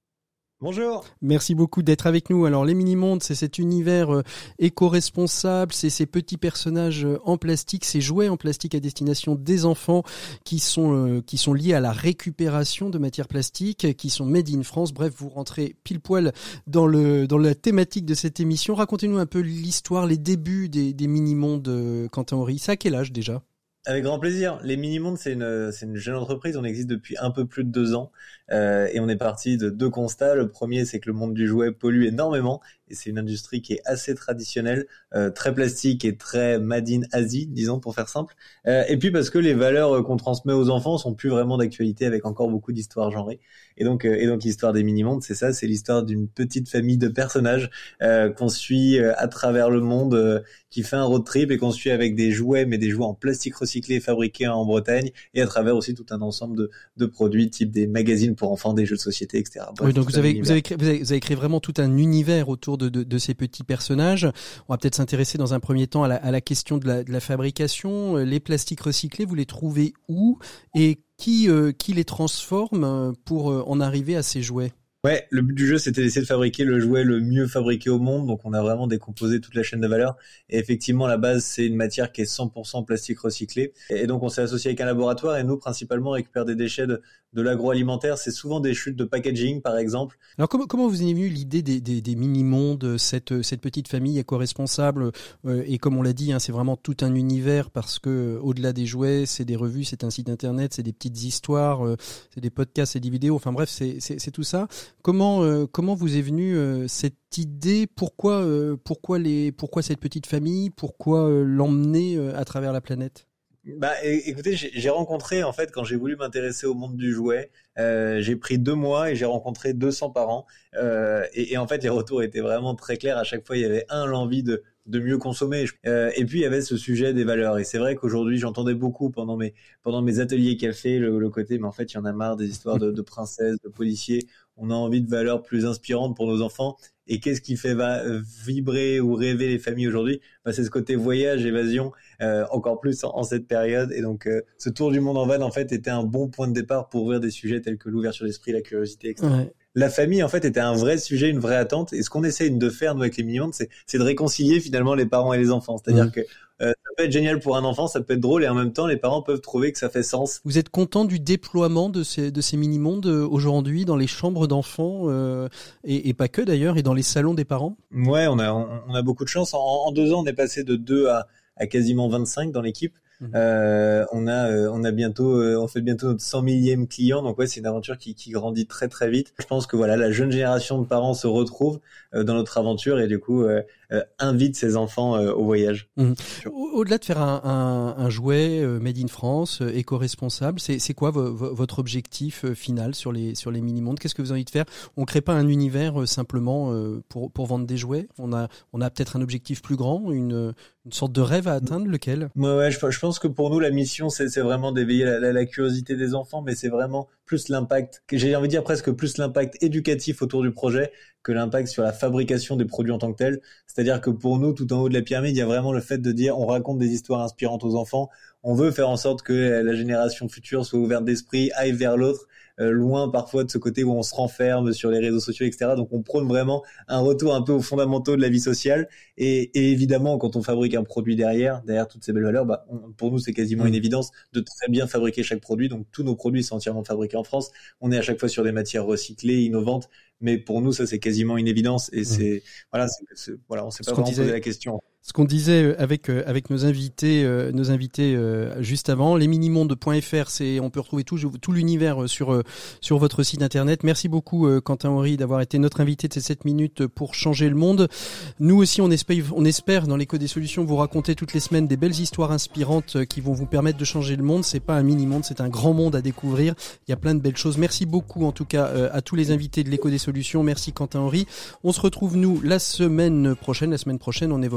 S11: Bonjour.
S2: Merci beaucoup d'être avec nous. Alors les mini-mondes, c'est cet univers euh, éco-responsable, c'est ces petits personnages euh, en plastique, ces jouets en plastique à destination des enfants qui sont euh, qui sont liés à la récupération de matières plastiques, qui sont made in France. Bref, vous rentrez pile poil dans le dans la thématique de cette émission. Racontez-nous un peu l'histoire, les débuts des, des mini-mondes, euh, Quentin Horry. Ça à quel âge déjà ?
S11: Avec grand plaisir. Les Mini-mondes, c'est une, c'est une jeune entreprise. On existe depuis un peu plus de deux ans euh, et on est parti de deux constats. Le premier, c'est que le monde du jouet pollue énormément et c'est une industrie qui est assez traditionnelle, euh, très plastique et très made in Asie, disons pour faire simple. Euh, et puis parce que les valeurs qu'on transmet aux enfants sont plus vraiment d'actualité avec encore beaucoup d'histoires genrées. Et donc, euh, et donc l'histoire des Mini-mondes, c'est ça, c'est l'histoire d'une petite famille de personnages euh, qu'on suit euh, à travers le monde, euh, qui fait un road trip et qu'on suit avec des jouets, mais des jouets en plastique recyclé fabriqués en Bretagne et à travers aussi tout un ensemble de, de produits type des magazines pour enfants, des jeux de société, et cetera. Bref,
S2: oui, donc vous avez, vous, avez créé, vous, avez, vous avez créé vraiment tout un univers autour de, de, de ces petits personnages. On va peut-être s'intéresser dans un premier temps à la, à la question de la, de la fabrication. Les plastiques recyclés, vous les trouvez où et qui, euh, qui les transforme pour euh, en arriver à ces jouets ?
S11: Ouais, le but du jeu, c'était d'essayer de fabriquer le jouet le mieux fabriqué au monde. Donc, on a vraiment décomposé toute la chaîne de valeur. Et effectivement, à la base, c'est une matière qui est cent pour cent plastique recyclé. Et donc, on s'est associé avec un laboratoire et nous, principalement, on récupère des déchets de, de l'agroalimentaire. C'est souvent des chutes de packaging, par exemple.
S2: Alors, comment, comment vous est venue l'idée des, des, des mini-mondes, cette, cette petite famille éco-responsable euh, et comme on l'a dit, hein, c'est vraiment tout un univers parce que au-delà des jouets, c'est des revues, c'est un site internet, c'est des petites histoires, euh, c'est des podcasts, c'est des vidéos. Enfin bref, c'est, c'est, c'est tout ça. Comment euh, comment vous est venue euh, cette idée ? Pourquoi euh, pourquoi les pourquoi cette petite famille ? Pourquoi euh, l'emmener euh, à travers la planète ?
S11: Bah, écoutez, j'ai, j'ai rencontré en fait quand j'ai voulu m'intéresser au monde du jouet, euh, j'ai pris deux mois et j'ai rencontré deux cents parents euh, et, et en fait les retours étaient vraiment très clairs. À chaque fois, il y avait un l'envie de de mieux consommer. Euh, et puis il y avait ce sujet des valeurs. Et c'est vrai qu'aujourd'hui, j'entendais beaucoup pendant mes pendant mes ateliers café le, le côté, mais en fait, il y en a marre des histoires de, de princesses, de policiers. On a envie de valeurs plus inspirantes pour nos enfants. Et qu'est-ce qui fait va, vibrer ou rêver les familles aujourd'hui ? Bah, c'est ce côté voyage, évasion, euh, encore plus en, en cette période. Et donc, euh, ce tour du monde en van, en fait, était un bon point de départ pour ouvrir des sujets tels que l'ouverture d'esprit, la curiosité, et cetera. Ouais. La famille, en fait, était un vrai sujet, une vraie attente. Et ce qu'on essaye de faire, nous, avec les mini-mondes, c'est, c'est de réconcilier finalement les parents et les enfants. C'est-à-dire mmh. que euh, ça peut être génial pour un enfant, ça peut être drôle, et en même temps, les parents peuvent trouver que ça fait sens.
S2: Vous êtes content du déploiement de ces, de ces mini-mondes aujourd'hui dans les chambres d'enfants euh, et, et pas que d'ailleurs, et dans les salons des parents ?
S11: Ouais, on a, on, on a beaucoup de chance. En, en deux ans, on est passé de deux à, à quasiment vingt-cinq dans l'équipe. Mmh. Euh, on a, euh, on a bientôt, euh, on fait bientôt notre cent millième client, donc ouais, c'est une aventure qui, qui grandit très très vite. Je pense que voilà, la jeune génération de parents se retrouve euh, dans notre aventure et du coup euh, euh, invite ses enfants euh, au voyage.
S2: Mmh. Au-delà de faire un, un, un jouet euh, made in France, euh, éco-responsable, c'est, c'est quoi vo- vo- votre objectif euh, final sur les sur les mini-mondes ? Qu'est-ce que vous avez envie de faire ? On crée pas un univers euh, simplement euh, pour pour vendre des jouets. On a on a peut-être un objectif plus grand, une une sorte de rêve à atteindre, lequel ?
S11: Ouais, ouais, je, je pense que pour nous, la mission, c'est, c'est vraiment d'éveiller la, la, la curiosité des enfants, mais c'est vraiment plus l'impact, j'ai envie de dire presque plus l'impact éducatif autour du projet que l'impact sur la fabrication des produits en tant que tels. C'est-à-dire que pour nous, tout en haut de la pyramide, il y a vraiment le fait de dire on raconte des histoires inspirantes aux enfants, on veut faire en sorte que la, la génération future soit ouverte d'esprit, aille vers l'autre, euh, loin parfois de ce côté où on se renferme sur les réseaux sociaux, et cetera. Donc on prône vraiment un retour un peu aux fondamentaux de la vie sociale. Et, et évidemment, quand on fabrique un produit derrière, derrière toutes ces belles valeurs, bah, on, pour nous, c'est quasiment une évidence de très bien fabriquer chaque produit. Donc tous nos produits sont entièrement fabriqués en France. On est à chaque fois sur des matières recyclées, innovantes. Mais pour nous, ça, c'est quasiment une évidence. Et c'est, mmh. voilà, c'est, c'est, voilà, on s'est pas vraiment posé la question.
S2: Ce qu'on disait avec avec nos invités, euh, nos invités euh, juste avant, les minimondes point f r, c'est on peut retrouver tout tout l'univers sur euh, sur votre site internet. Merci beaucoup euh, Quentin Horry d'avoir été notre invité de ces sept minutes pour changer le monde. Nous aussi, on espère on espère dans l'écho des solutions vous raconter toutes les semaines des belles histoires inspirantes qui vont vous permettre de changer le monde. C'est pas un mini-monde, c'est un grand monde à découvrir. Il y a plein de belles choses. Merci beaucoup en tout cas euh, à tous les invités de l'écho des solutions. Merci Quentin Horry. On se retrouve nous la semaine prochaine. La semaine prochaine, on évoquera la question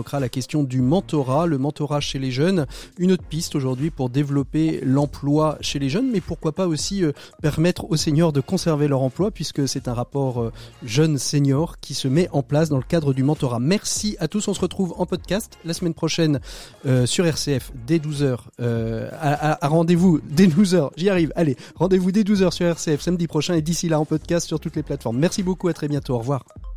S2: question du mentorat, le mentorat chez les jeunes, une autre piste aujourd'hui pour développer l'emploi chez les jeunes, mais pourquoi pas aussi euh, permettre aux seniors de conserver leur emploi, puisque c'est un rapport euh, jeune-senior qui se met en place dans le cadre du mentorat. Merci à tous, on se retrouve en podcast la semaine prochaine euh, sur R C F dès douze heures, euh, à, à, à rendez-vous dès douze heures, j'y arrive, allez, rendez-vous dès douze heures sur R C F samedi prochain et d'ici là en podcast sur toutes les plateformes. Merci beaucoup, à très bientôt, au revoir.